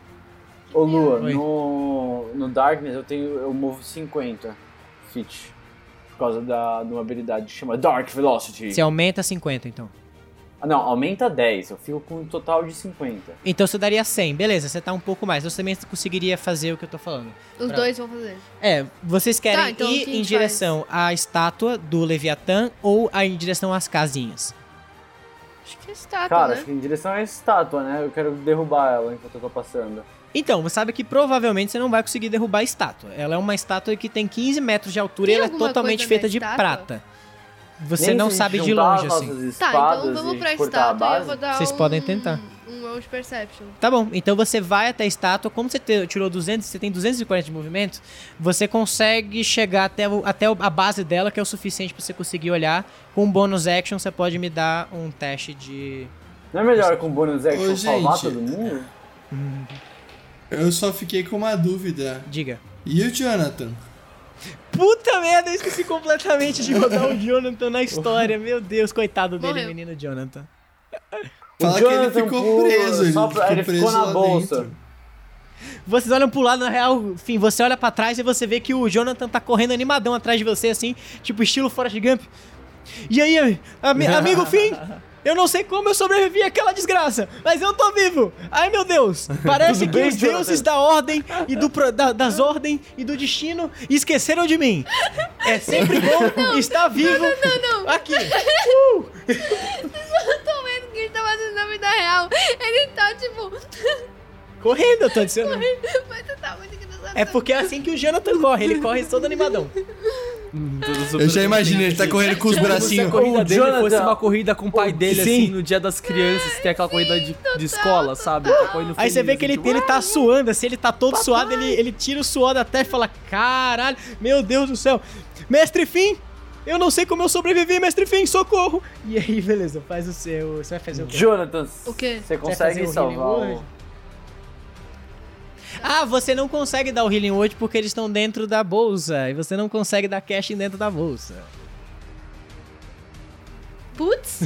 Ô Lua, Oi. no, no Darkness eu tenho. Eu movo cinquenta feet. Por causa da, de uma habilidade que chama Dark Velocity. Você aumenta cinquenta, então. Ah, não, aumenta dez, eu fico com um total de cinquenta. Então você daria cem, beleza, você tá um pouco mais. Você também conseguiria fazer o que eu tô falando. Os Pra- dois vão fazer. É, vocês querem Tá, então o que a ir em gente direção à estátua do Leviatã ou a- em direção às casinhas? Acho que é estátua, Cara, né? acho que em direção à estátua, né? Eu quero derrubar ela enquanto eu tô passando. Então, você sabe que provavelmente você não vai conseguir derrubar a estátua. Ela é uma estátua que tem quinze metros de altura Tem e ela é alguma totalmente coisa feita na de estátua? prata. Você Nem não se a sabe gente de juntar longe, as assim. nossas Tá, espadas então vamos e pra cortar a estátua e eu base? vou dar Vocês um... podem tentar. Um Roll Perception. Tá bom, então você vai até a estátua. Como você te- tirou duzentos, você tem duzentos e quarenta de movimento, você consegue chegar até, o- até o- a base dela, que é o suficiente pra você conseguir olhar. Com um bônus action, você pode me dar um teste de... Não é melhor com bônus action Ô, salvar gente. todo mundo? Eu só fiquei com uma dúvida. Diga. E o Jonathan? Puta merda, eu esqueci completamente de botar o Jonathan na história. Meu Deus, coitado dele, Morreu. menino Jonathan. Fala que ele ficou preso, ele só ficou pra- ele preso ficou na lá bolsa. dentro. Vocês olham pro lado, na real, enfim, você olha pra trás e você vê que o Jonathan tá correndo animadão atrás de você, assim, tipo estilo Forrest Gump. E aí, ami- ami- amigo Finn? Eu não sei como eu sobrevivi àquela desgraça, mas eu tô vivo! Ai, meu Deus! Parece Tudo que bem, os deuses Jonathan? da ordem e do, pro- da- das ordens e do destino esqueceram de mim. É sempre bom estar vivo aqui. Uh! Eu tô vendo que ele tá fazendo na vida real. Ele tá, tipo... Correndo, eu tô adicionando. Mas você tá muito engraçado. É porque é assim que o Jonathan corre, ele corre todo animadão. Eu já imagino, ele tá correndo com os Se a bracinhos. corrida O dele Jonathan- fosse uma corrida com o pai dele, Sim. assim, no dia das crianças, tem aquela corrida de, de escola, sabe? Tá correndo Aí você feliz, vê que ele, tipo, ele tá suando, assim, ele tá todo suado, ele, ele tira o suor da testa e fala, caralho, meu Deus do céu, Mestre Finn, eu não sei como eu sobrevivi, Mestre Finn, socorro. E aí, beleza, faz o seu, você vai fazer o quê? Jonathan, O quê? você Vai consegue fazer o salvar Healing o... Word? Ah, você não consegue dar o Healing Word porque eles estão dentro da bolsa, e você não consegue dar casting dentro da bolsa. Putz.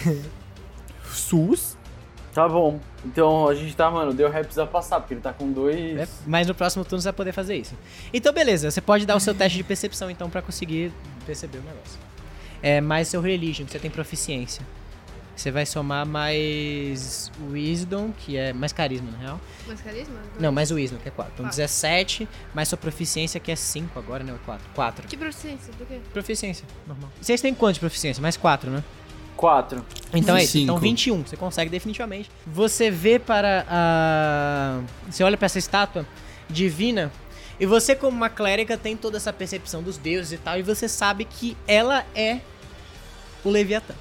Sus? Tá bom. Então a gente tá, mano, deu rap precisa passar, porque ele tá com dois... É, mas no próximo turno você vai poder fazer isso. Então, beleza, você pode dar o seu teste de percepção, então, pra conseguir perceber o negócio. É mais seu Religion, que você tem proficiência. Você vai somar mais Wisdom, que é mais carisma, na real. Mais carisma? Não, mais Wisdom, que é quatro. Então, Quatro. dezessete, mais sua proficiência, que é cinco agora, né? quatro. quatro. Que proficiência? Do quê? Proficiência, normal. Vocês têm quanto de proficiência? Mais quatro, né? Quatro. Então é isso. Cinco. Então vinte e um, você consegue definitivamente. Você vê para a... Você olha para essa estátua divina e você, como uma clériga, tem toda essa percepção dos deuses e tal, e você sabe que ela é o Leviatã.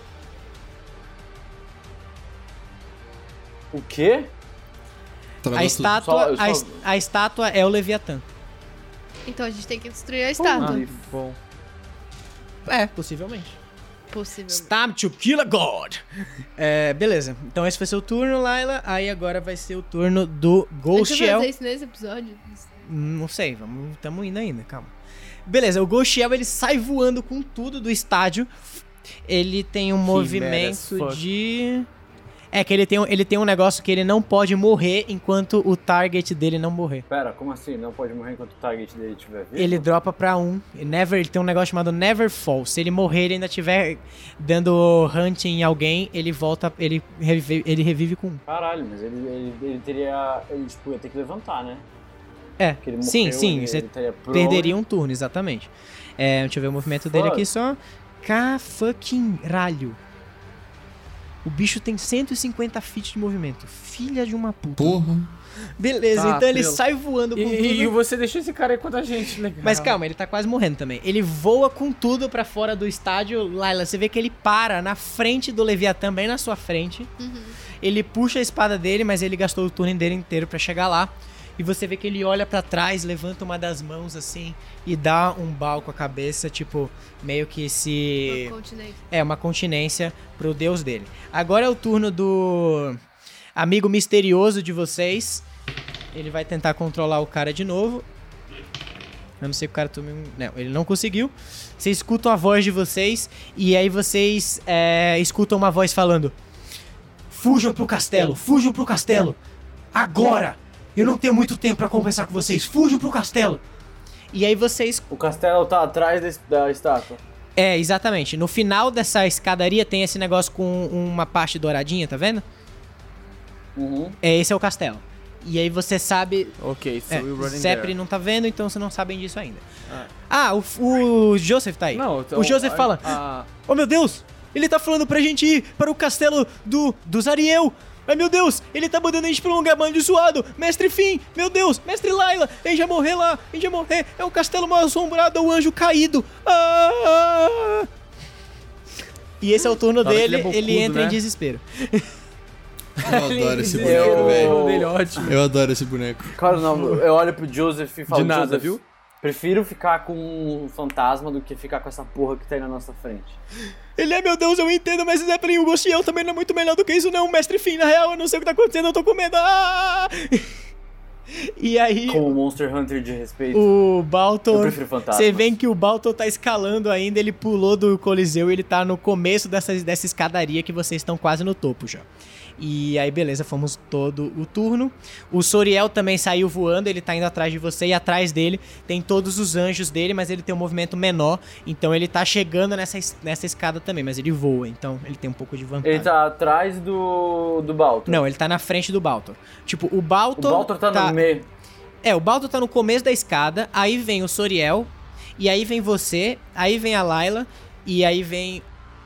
O quê? Travou A tudo. estátua, Só- eu a, só- es- a estátua é o Leviatã. Então a gente tem que destruir a estátua. Ah. Bom. É, possivelmente. Possível. It's time to kill a god. É, beleza. Então esse foi seu turno, Layla. Aí agora vai ser o turno do A gente Ghost vai Shell. fazer isso nesse episódio? Não sei, vamos, tamo indo ainda, calma. Beleza, o Ghost Shell ele sai voando com tudo do estádio. Ele tem um mad as movimento fuck. de... É que ele tem, um- ele tem um negócio que ele não pode morrer enquanto o target dele não morrer. Pera, como assim? Não pode morrer enquanto o target dele estiver vivo? Ele dropa pra um. E Never, ele tem um negócio chamado Never Fall. Se ele morrer, ele ainda estiver dando hunting em alguém, ele volta, ele revive, ele revive com um. Caralho, mas ele, ele, ele teria... Ele, tipo, ia ter que levantar, né? É, Porque ele sim, morreu, sim, ele, você ele teria prone. perderia um turno, exatamente. É, deixa eu ver o movimento dele Fuck. aqui só. K fucking ralho. O bicho tem cento e cinquenta feet de movimento. Filha de uma puta. Porra. Beleza, Tá, então ele pelo- sai voando com E, tudo. e você deixou esse cara aí contra a gente, legal. Mas calma, ele tá quase morrendo também. Ele voa com tudo pra fora do estádio. Laila, você vê que ele para na frente do Leviatã, bem na sua frente. Uhum. Ele puxa a espada dele, mas ele gastou o turno dele inteiro pra chegar lá. E você vê que ele olha pra trás, levanta uma das mãos assim e dá um bal com a cabeça, tipo, meio que se... Uma continente. É, uma continência pro deus dele. Agora é o turno do amigo misterioso de vocês. Ele vai tentar controlar o cara de novo. Eu não sei que o cara tome um... Não, ele não conseguiu. Vocês escutam a voz de vocês e aí vocês é, escutam uma voz falando: fujam pro castelo, fujam pro castelo. Agora! Eu não tenho muito tempo pra conversar com vocês. Fujam pro castelo. E aí vocês... O castelo tá atrás desse- da estátua. É, exatamente. No final dessa escadaria tem esse negócio com uma parte douradinha, tá vendo? Uhum. É, esse é o castelo. E aí você sabe... Ok, so É, we're running Zepri there. não tá vendo, então vocês não sabem disso ainda. Ah. Ah, o, o Joseph tá aí. Não, então, o Joseph a- fala: a- oh meu Deus, ele tá falando pra gente ir para o castelo do, do Zariel. Ai meu Deus, ele tá mandando a gente pra um lugar amaldiçoado. Mestre Finn, meu Deus, Mestre Layla, a gente vai morrer lá, a gente vai morrer. É um castelo mal assombrado, é o anjo caído. Ah! E esse é o turno Na hora que dele, ele é ele bocudo, entra em né? desespero. Eu adoro esse Eu- boneco, velho. dele, ótimo. Eu adoro esse boneco. Cara, não, eu olho pro Joseph e falo: De nada, Joseph, viu? prefiro ficar com um fantasma do que ficar com essa porra que tá aí na nossa frente. Ele é, meu Deus, eu entendo, mas Zeppelin, o Ghostiel também não é muito melhor do que isso, não. Mestre Finn, na real, eu não sei o que tá acontecendo, eu tô com medo. Ah! E aí, Como Monster Hunter de respeito. o Eu Baltor... prefiro fantasmas. Você vê que o Baltor tá escalando ainda, ele pulou do Coliseu e ele tá no começo dessa, dessa escadaria que vocês estão quase no topo já. E aí, beleza, fomos todo o turno. O Soriel também saiu voando, ele tá indo atrás de você e atrás dele tem todos os anjos dele, mas ele tem um movimento menor, então ele tá chegando nessa, es- nessa escada também, mas ele voa, então ele tem um pouco de vantagem. Ele tá atrás do, do Baltor. Não, ele tá na frente do Baltor. Tipo, o O Baltor... Baltor tá, no meio. É, o Baldur tá no começo da escada, aí vem o Soriel, e aí vem você, aí vem a Layla, e aí vem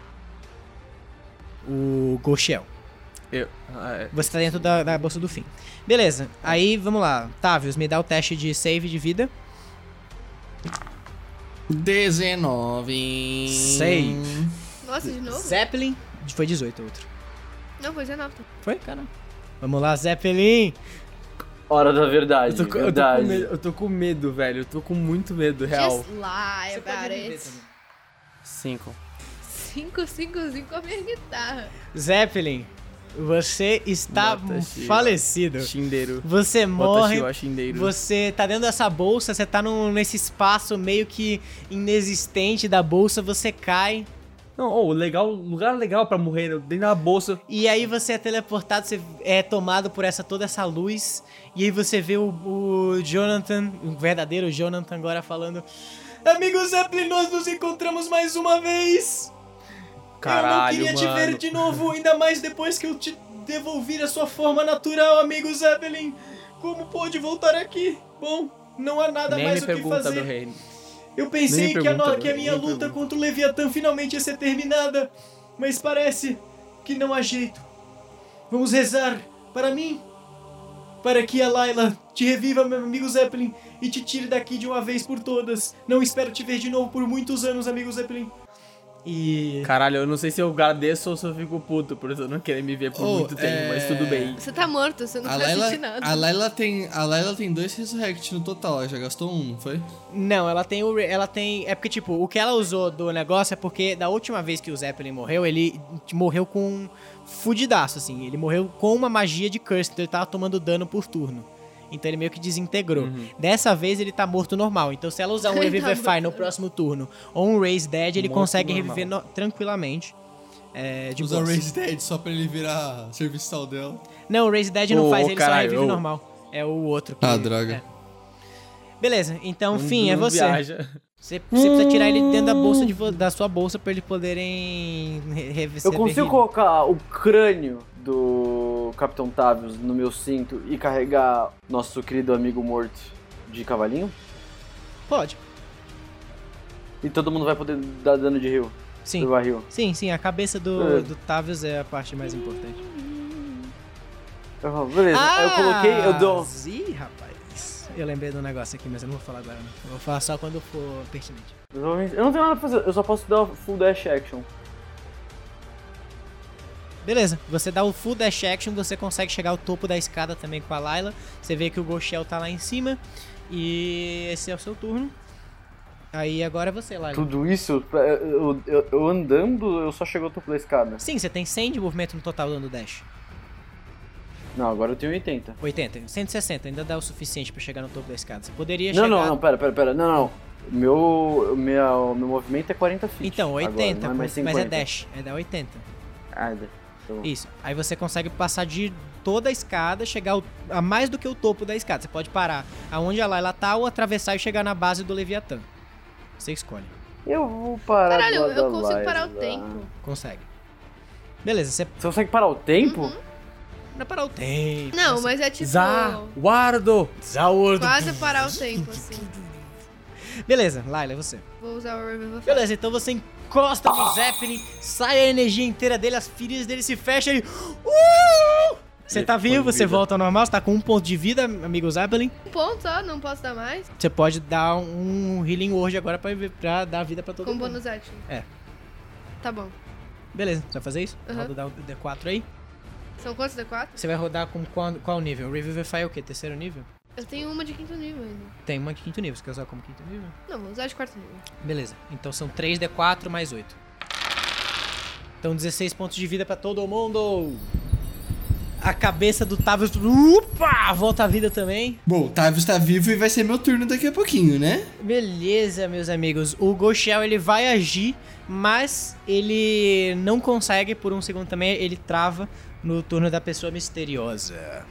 o Goshiel. Eu. Ah, é. Você tá dentro da, da bolsa do fim. Beleza, aí vamos lá. Tavius, me dá o teste de save de vida. dezenove. Save. Nossa, de novo? Zeppelin, foi dezoito outro. Não, foi dezenove. Foi? Caramba. Vamos lá, Zeppelin. Hora da verdade. Eu tô, com- eu, tô com verdade. medo, eu tô com medo, velho. Eu tô com muito medo, real. Just lie about it. Cinco. cinco, cinco, cinco com a minha guitarra. Zeppelin, você está Bota Shiva. falecido. Shindeiro. Você Bota morre. Shiva, Shindeiro. Você tá dentro dessa bolsa, você tá num, nesse espaço meio que inexistente da bolsa, você cai. Não, oh, legal, lugar legal pra morrer, né? Dentro da bolsa. E aí você é teleportado, você é tomado por essa toda essa luz. E aí você vê o, o Jonathan, o verdadeiro Jonathan agora falando: Amigo Zeppelin, nós nos encontramos mais uma vez! Caralho, Eu não queria te mano. ver de novo, ainda mais depois que eu te devolvi a sua forma natural, amigo Zeppelin. Como pôde voltar aqui? Bom, não há nada Nem mais me o que pergunta, fazer. meu reino. Eu pensei Nem que a, pergunta, no- que a velho, minha nem luta pergunta. contra o Leviatã finalmente ia ser terminada, mas parece que não há jeito. Vamos rezar para mim, para que a Layla te reviva, meu amigo Zeppelin, e te tire daqui de uma vez por todas. Não espero te ver de novo por muitos anos, amigo Zeppelin. E... Caralho, eu não sei se eu agradeço ou se eu fico puto por eu não querer me ver por Oh, muito tempo, é- mas tudo bem. Você tá morto, você não A vai Layla, sentir nada. a, Layla tem, a Layla tem dois Resurrect no total, ela já gastou um, não foi? Não, ela tem o. re- Ela tem. É porque, tipo, o que ela usou do negócio é porque da última vez que o Zeppelin morreu, ele morreu com fudidaço, assim. Ele morreu com uma magia de curse, então ele tava tomando dano por turno. Então ele meio que desintegrou. Dessa vez ele tá morto normal. Então se ela usar um Ele tá Revivify no morto. próximo turno ou um Raise Dead, ele Morto consegue normal. reviver no- tranquilamente. É, de Usa boa. Raise Dead só pra ele virar serviçal dela. Não, o Raise Dead não Ô, faz, ô, ele só caralho, revive ô. normal. É o outro. Que, Ah, droga. é. Beleza, então, fim, é Não você. viaja. Você, você precisa tirar ele dentro da bolsa de vo- da sua bolsa pra eles poderem re- re- Eu ser consigo revividos. colocar o crânio do Capitão Tavius no meu cinto e carregar nosso querido amigo morto de cavalinho? Pode. E todo mundo vai poder dar dano de rio. Sim. Do barril. Sim, sim, a cabeça do, Beleza. do Tavius é a parte mais importante. Eu falo, beleza, aí eu coloquei, eu dou. Ih, rapaz. Eu lembrei de um negócio aqui, mas eu não vou falar agora. Não. Eu vou falar só quando for pertinente. Eu não tenho nada pra fazer, eu só posso dar full dash action. Beleza, você dá o full dash action, você consegue chegar ao topo da escada também com a Layla. Você vê que o Goshiel tá lá em cima. E esse é o seu turno. Aí agora é você, Layla. Tudo isso, pra- eu, eu, eu andando, eu só chego ao topo da escada. Sim, você tem cem de movimento no total dando dash. Não, agora eu tenho oitenta. oitenta, cento e sessenta, ainda dá o suficiente pra chegar no topo da escada. Você poderia Não, chegar... não, não, pera, pera, pera. Não, não. Meu, meu, meu movimento é quarenta feet. Então, oitenta, agora, não é mais mas é cinquenta. dash, é da oitenta. Ah, é dash. Tá bom. Isso. Aí você consegue passar de toda a escada, chegar ao- a mais do que o topo da escada. Você pode parar aonde a Layla tá ou atravessar e chegar na base do Leviatã. Você escolhe. Eu vou parar Caralho, do lado eu da consigo Liza. parar o tempo. Consegue. Beleza, você Você consegue parar o tempo? dá parar o tempo. Não, você- mas é tipo. Guardo! Zaordo. Quase parar o tempo, assim. Beleza, Layla, é você. Vou usar o Revivify. Beleza, então você encosta no Zeppelin, sai a energia inteira dele, as feridas dele se fecham e... Uh! Você Ele tá ficou vivo, de você vida. volta ao normal, você tá com um ponto de vida, amigo Zeppelin. Um ponto só, não posso dar mais. Você pode dar um Healing Word agora pra, pra dar vida pra todo Com mundo. bônus action. É. Tá bom. Beleza, você vai fazer isso? Uhum. Roda o D quatro aí. São quantos D quatro? Você vai rodar com qual, qual nível? Revivify é o quê? Terceiro nível? Eu tenho uma de quinto nível ainda. Tem uma de quinto nível, você quer usar como quinto nível? Não, vou usar de quarto nível. Beleza, então são três D quatro mais oito. Então dezesseis pontos de vida pra todo mundo. a cabeça do Tavius, upa, volta à vida também. Bom, o Tavius tá vivo e vai ser meu turno daqui a pouquinho, né? Beleza, meus amigos. O Ghostiel, ele vai agir, mas ele não consegue por um segundo também. Ele trava no turno da pessoa misteriosa.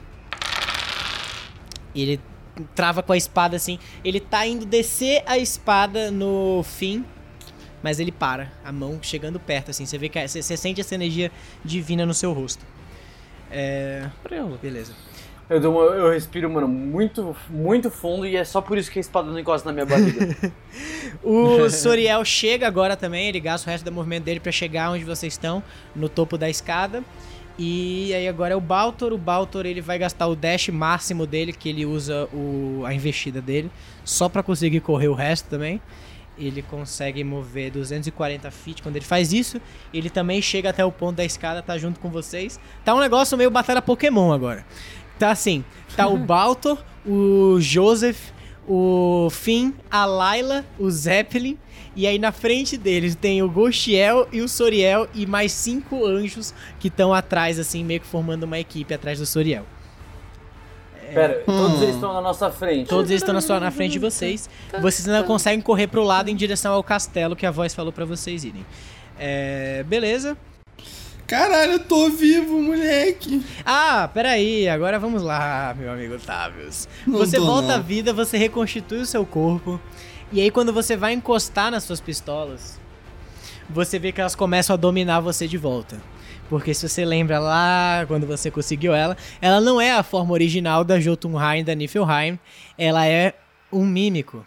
Ele trava com a espada assim. Ele tá indo descer a espada no fim, mas ele para. A mão chegando perto, assim. Você vê que você, você sente essa energia divina no seu rosto. É... Beleza. Eu, dou uma, eu respiro, mano, muito, muito fundo e é só por isso que a espada não encosta na minha barriga. O Soriel chega agora também, ele gasta o resto do movimento dele pra chegar onde vocês estão, no topo da escada. E aí agora é o Baltor. O Baltor, ele vai gastar o dash máximo dele, que ele usa o, a investida dele, só pra conseguir correr o resto também. Ele consegue mover duzentos e quarenta feet quando ele faz isso. Ele também chega até o ponto da escada, tá junto com vocês. Tá um negócio meio batalha Pokémon agora. Tá assim, tá o Baltor, o Joseph, o Finn, a Layla, o Zeppelin. E aí na frente deles tem o Ghostiel e o Soriel e mais cinco anjos que estão atrás, assim, meio que formando uma equipe atrás do Soriel. Pera, todos Hum. eles estão na nossa frente. Todos eles estão na, sua, na frente de vocês. Vocês ainda conseguem correr pro lado em direção ao castelo que a voz falou pra vocês irem. É, beleza. Caralho, eu tô vivo, moleque. Ah, peraí, agora vamos lá, meu amigo Tavius. Não Você tô, volta não. à vida, você reconstitui o seu corpo. E aí quando você vai encostar nas suas pistolas, você vê que elas começam a dominar você de volta. Porque se você lembra lá, quando você conseguiu ela, ela não é a forma original da Jotunheim, da Niflheim. Ela é um mímico.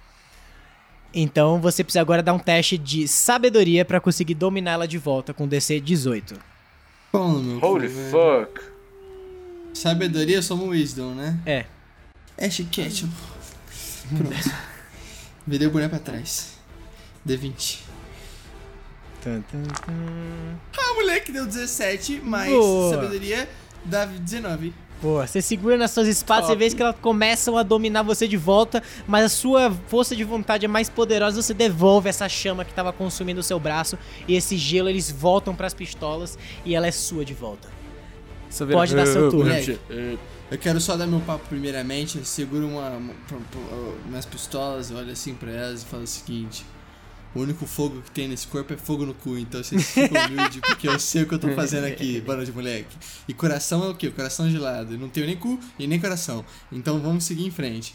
Então você precisa agora dar um teste de sabedoria pra conseguir dominar ela de volta com D C dezoito. Bom, meu Holy cu, velho. fuck. Sabedoria, somos wisdom, né? É. Ash Ketchum. Pronto. Virei o boneco pra trás. D vinte. Tum, tum, tum. Ah, moleque, deu dezessete, mais Boa. sabedoria dá dezenove. Pô, você segura nas suas espadas, Top. você vê que elas começam a dominar você de volta, mas a sua força de vontade é mais poderosa, você devolve essa chama que tava consumindo o seu braço, e esse gelo, eles voltam pras pistolas, e ela é sua de volta. Só Pode dar seu turno. Moleque, eu quero só dar meu papo primeiramente, seguro uma, uma, uma, umas pistolas, olho assim pra elas e falo o seguinte: o único fogo que tem nesse corpo é fogo no cu, então vocês ficam humildes porque eu sei o que eu tô fazendo aqui, bando de moleque. E coração é o quê? O coração gelado. Eu não tenho nem cu e nem coração. Então vamos seguir em frente.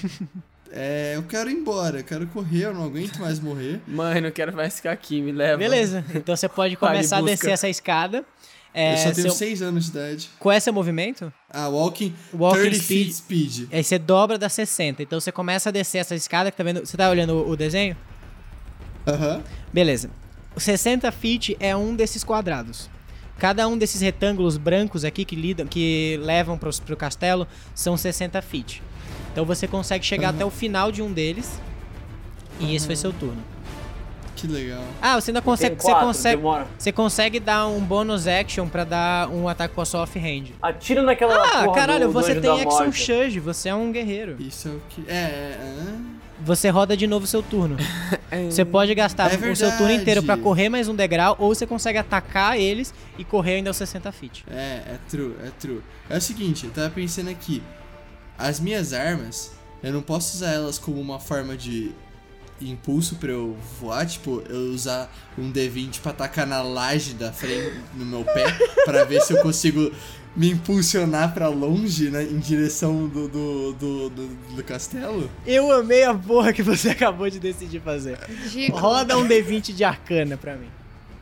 É, eu quero ir embora, eu quero correr, eu não aguento mais morrer. Mãe, não quero mais ficar aqui, me leva. Beleza, então você pode Vai, começar a busca. descer essa escada. É, eu só tenho seu... seis anos de idade. Qual é seu movimento? Ah, walking, Walking thirty speed. feet speed. Aí você dobra da sessenta, então você começa a descer essa escada, que tá vendo... Você tá olhando o, o desenho? Aham. Beleza. O sessenta feet é um desses quadrados. Cada um desses retângulos brancos aqui que, lidam, que levam pro, pro castelo são sessenta feet. Então você consegue chegar Uhum. até o final de um deles. E esse foi seu turno. Que legal. Ah, você ainda consegue. Tem Você quatro, consegue, demora. você consegue dar um bônus action pra dar um ataque com a sua off-hand. Atira naquela Ah, porra caralho, do, você do tem Anjo da action Morte. charge, você é um guerreiro. Isso é o que. É, é, é. Você roda de novo seu turno. Você pode gastar É o seu turno verdade. inteiro pra correr mais um degrau, ou você consegue atacar eles e correr ainda os sessenta feet. É, é true, é true. É o seguinte, eu tava pensando aqui. As minhas armas, eu não posso usar elas como uma forma de impulso pra eu voar, tipo, eu usar um D vinte pra atacar na laje da frente, no meu pé, pra ver se eu consigo me impulsionar pra longe, né, em direção do, do, do, do, do castelo. Eu amei a porra que você acabou de decidir fazer. Ridículo. Roda um D vinte de arcana pra mim.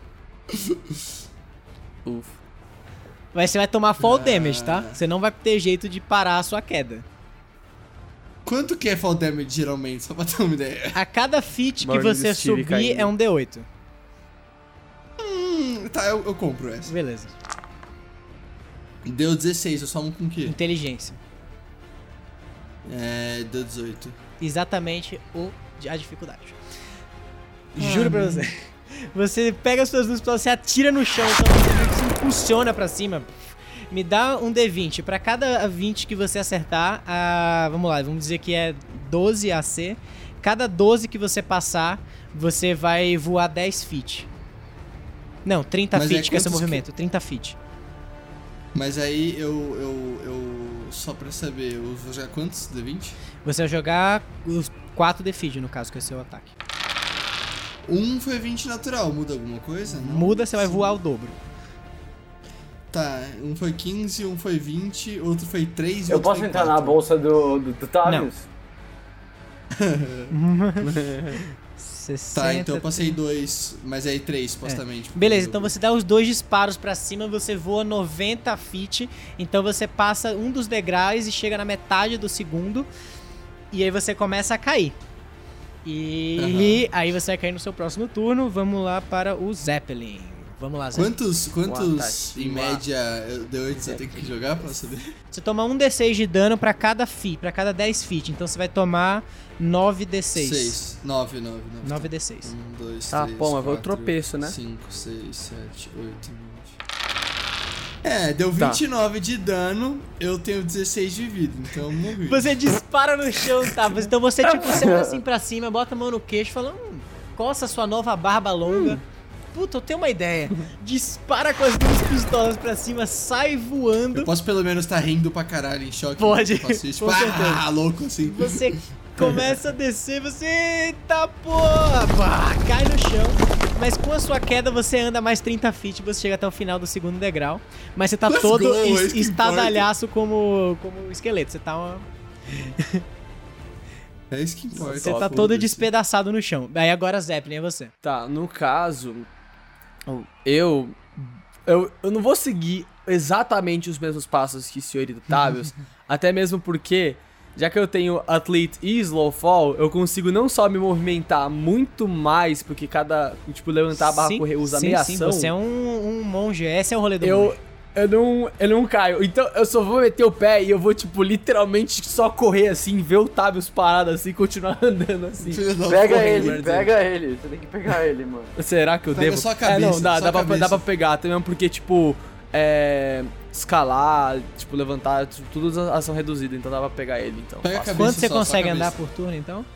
Ufa. Mas você vai tomar fall Ah. damage, tá? Você não vai ter jeito de parar a sua queda. Quanto que é fall damage geralmente, só pra ter uma ideia? A cada feat que Barulho do você Steve subir caindo. é um D oito. Hum, tá, eu, eu compro essa. Beleza. Deu dezesseis, eu somo com o quê? Inteligência. É, deu dezoito. Exatamente o, a dificuldade. Juro pra você. Você pega as suas duas pistolas, você atira no chão, então você meio que se impulsiona pra cima. Me dá um D vinte. Pra cada vinte que você acertar, a, vamos lá, vamos dizer que é doze A C. Cada doze que você passar, você vai voar dez feet. Não, trinta Mas é feet, que é seu quantos que- movimento. trinta feet. Mas aí eu, eu, eu. Só pra saber, eu vou jogar quantos? D vinte? Você vai jogar os quatro defeat, no caso, que é o seu ataque. Um foi vinte natural, muda alguma coisa? Não? Muda, você vai Sim. voar o dobro. Tá, um foi quinze, um foi vinte, outro foi três e Eu outro posso foi entrar quatro. na bolsa do, do, do Tavius? sessenta, Tá, então eu passei dois, mas aí três, supostamente. É. Beleza, então você dá os dois disparos pra cima, você voa noventa feet, então você passa um dos degraus e chega na metade do segundo, e aí você começa a cair. E aí você vai cair no seu próximo turno. Vamos lá para o Zeppelin. Vamos lá, Zeppelin. Quantos, quantos Boa, em tá. média D oito eu tenho que jogar pra saber? Você toma um D seis de dano pra cada feet, pra cada dez feet, então você vai tomar nove D seis. seis, nove, nove, nove. nove D seis. um, dois, Tá, três, pô, mas foi o quatro, tropeço, né? cinco, seis, sete, oito, nove. É, deu Tá. vinte e nove de dano, eu tenho dezesseis de vida, então eu morri. Você dispara no chão, tá? Então você, tipo, você olha assim pra cima, bota a mão no queixo e fala, hum, coça sua nova barba longa. Puta, eu tenho uma ideia. Dispara com as duas pistolas pra cima, sai voando. Eu posso pelo menos estar rindo pra caralho em choque. Pode, Eu faço isso, com tipo, certeza. ah, louco assim. Você começa a descer, você... Eita porra! Pá, cai no chão. Mas com a sua queda, você anda mais trinta feet, você chega até o final do segundo degrau. Mas você tá Let's todo go, es- é isso que estadalhaço como, como esqueleto. Você tá, uma... É isso que importa. você Só tá foda-se. todo despedaçado no chão. Aí agora, Zeppelin, é você. Tá, no caso, eu, eu eu não vou seguir exatamente os mesmos passos que o senhorito Tavius, até mesmo porque, já que eu tenho Athlete e Slow Fall, eu consigo não só me movimentar muito mais, porque cada, tipo, levantar a barra Sim, correr usa sim, meia sim, ação, você é um, um monge, esse é o rolê do eu, monge. eu, não, eu não caio. Então eu só vou meter o pé e eu vou, tipo, literalmente só correr assim, ver o Tavius parado assim e continuar andando assim. Filho da Pega porra, ele, merda. pega ele. Você tem que pegar ele, mano. Será que eu Pega devo? só a é, cabeça, não, dá, só dá, a pra, cabeça. dá pra pegar, até mesmo porque, tipo, é, escalar, tipo, levantar, tipo, tudo ação reduzida, então dá pra pegar ele, então. Pega a fácil. cabeça. Quanto você só, só a consegue cabeça. andar por turno, então?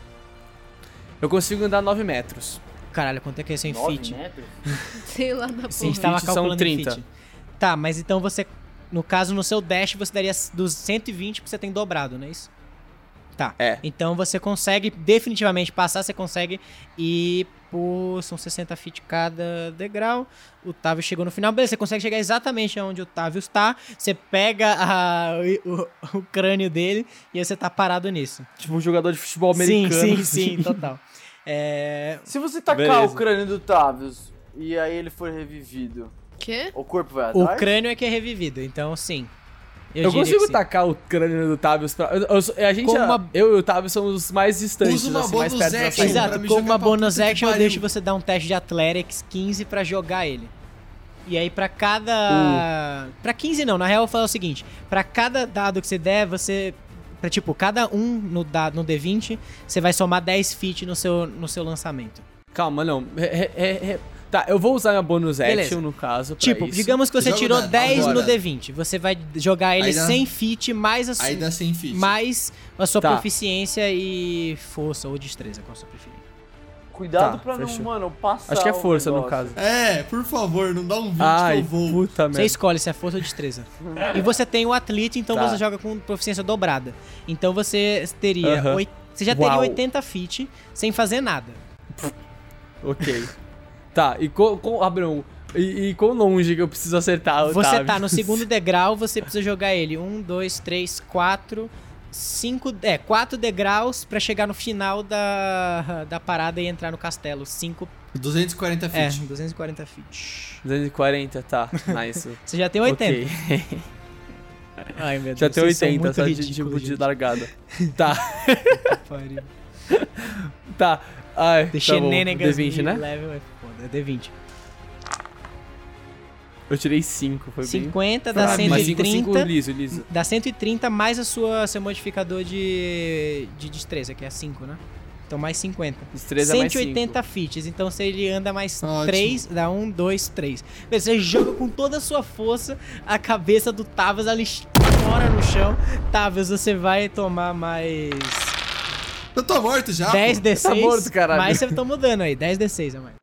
Eu consigo andar nove metros. Caralho, quanto é que é isso em nove feet? metros? Sei lá da Sim, porra. tava Feet são calculando em trinta. feet. Tá, mas então você, no caso, no seu dash, você daria dos cento e vinte porque você tem dobrado, não é isso? Tá. É. Então você consegue definitivamente passar, você consegue ir por... São sessenta feet cada degrau. O Tavius chegou no final. Beleza, você consegue chegar exatamente onde o Tavius tá. Você pega a- o, o crânio dele e aí você tá parado nisso. Tipo um jogador de futebol Sim, americano. sim, sim, total. É... Se você tacar Beleza. o crânio do Tavius e aí ele for revivido, Quê? o corpo vai O atrás? crânio é que é revivido, então sim. Eu, Eu diria consigo que sim. tacar o crânio do Tavius pra... eu- eu- a gente, Com uma- eu e o Tavius somos os mais distantes, Usa uma assim, mais bonus perto da action. saída. pra Exato, me como jogar uma pra bonus puta que action eu pariu. deixo você dar um teste de Athletics quinze pra jogar ele. E aí pra cada... Uh. Pra quinze não, na real eu falo o seguinte, pra cada dado que você der, você... Pra, tipo, cada um no, dado, no D vinte, você vai somar dez feet no seu, no seu lançamento. Calma, não. É- é- é- Tá, eu vou usar minha bonus action, Beleza. no caso, pra Tipo, isso. digamos que você Joga tirou na- dez agora. no D vinte, você vai jogar ele Aí dá- cem feet mais a, su- Aí dá cem feet. mais a sua Tá. proficiência e força ou destreza, qual a sua preferida. Cuidado Tá, pra não, fechou. mano, passar Acho que é o força, no negócio. caso. É, por favor, não dá um vinte Ai, que eu vou. puta Você merda. escolhe se é força ou destreza. E você tem o Athlete, então Tá. você joga com proficiência dobrada. Então você teria... Aham. oit- Você já teria Uau. oitenta feet sem fazer nada. Ok. Tá, e com... com Abrão, e, e quão longe que eu preciso acertar o Você Tavius? tá no segundo degrau, você precisa jogar ele um, dois, três, quatro, cinco... É, quatro degraus pra chegar no final da, da parada e entrar no castelo. Cinco... duzentos e quarenta É, feet. duzentos e quarenta feet. duzentos e quarenta, tá. Nice. Você já tem oitenta. Ok. Ai, meu Deus. Já tem vocês são oitenta, muito só de ridículos, tipo de gente. largada. Tá, Pariu. tá. Ai, The tá bom. Shenanigans D vinte, né? level é foda. É D vinte. Eu tirei cinco, foi bem... cinquenta dá Ah, mas cinco, cinco cento e trinta. liso, liso. Dá cento e trinta mais a sua, seu modificador de, de destreza, que é cinco, né? Então mais cinquenta. Destreza mais cento e oitenta cinco. feet. Então se ele anda mais Ótimo. três, dá um, dois, três. Você joga com toda a sua força a cabeça do Tavius, ela estoura no chão. Tavius, você vai tomar mais Eu tô morto já. dez pô. D seis. Tá morto, caralho. Mais você tá mudando aí, dez D seis a mais. Eu já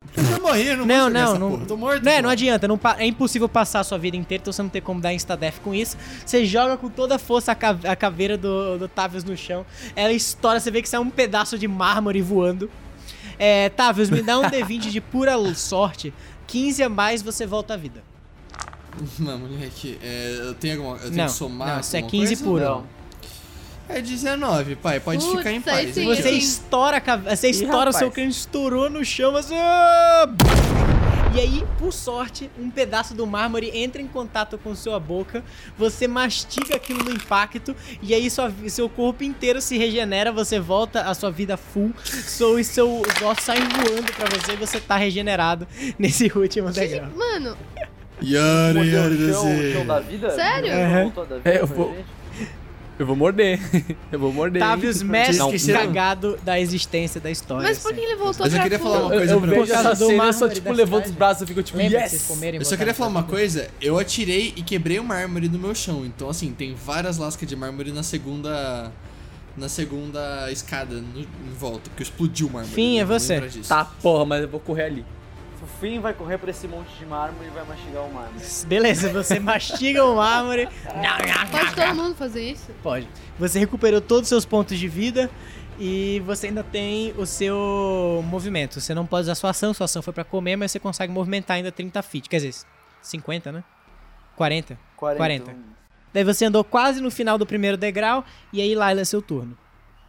morrer, eu não, Não, vou jogar não, essa não. porra. Eu tô morto. Não, é, pô. não adianta, não pa- é impossível passar a sua vida inteira, então você não tem como dar insta-death com isso. Você joga com toda a força a, ca- a caveira do, do Tavius no chão. Ela estoura, você vê que sai um pedaço de mármore voando. É, Tavius, me dá um D vinte de pura sorte. quinze a mais, você volta à vida. Não, moleque, é, eu tenho alguma. Eu tenho Não, que somar. não, isso é alguma quinze coisa? puro. Não. É dezenove, pai. Pode Putz, ficar em aí paz. sim, aqui, Você ó. Sim. estoura a caveira, você Ih, estoura o seu rapaz. cano, estourou no chão, mas... ah! E aí, por sorte, um pedaço do mármore entra em contato com sua boca, você mastiga aquilo no impacto, e aí sua, seu corpo inteiro se regenera, você volta à sua vida full, so, e seu os ossos saem voando pra você e você tá regenerado nesse último degrau. Mano, Yara, Mordeu yara, o chão, o chão desenho. da vida? Sério? Não Aham. voltou da vida É, eu pra vou- gente? Eu vou morder. Eu vou morder. Tavius, Não, mestre esqueceram? cagado da existência da história. mas por que assim. ele voltou Mas eu pra queria full? falar uma Eu, coisa eu pra vejo Por causa essa do cena, eu mármore só tipo da levanto cidade. os braços e fico tipo, Lembra que yes! vocês comerem Eu só botaram queria na falar uma boca? coisa, eu atirei e quebrei o mármore do meu chão. Então, assim, tem várias lascas de mármore na segunda. Na segunda escada no- em volta, porque explodiu o mármore. Fim, é Lembra você. disso. Tá, porra, mas eu vou correr ali. O Finn vai correr pra esse monte de mármore e vai mastigar o mármore. Beleza, você mastiga o mármore. Pode todo mundo fazer isso? Pode. Você recuperou todos os seus pontos de vida e você ainda tem o seu movimento. Você não pode usar sua ação, sua ação foi pra comer, mas você consegue movimentar ainda trinta feet. Quer dizer, cinquenta, né? quarenta. quarenta. quarenta. Daí você andou quase no final do primeiro degrau e aí, Layla, é seu turno.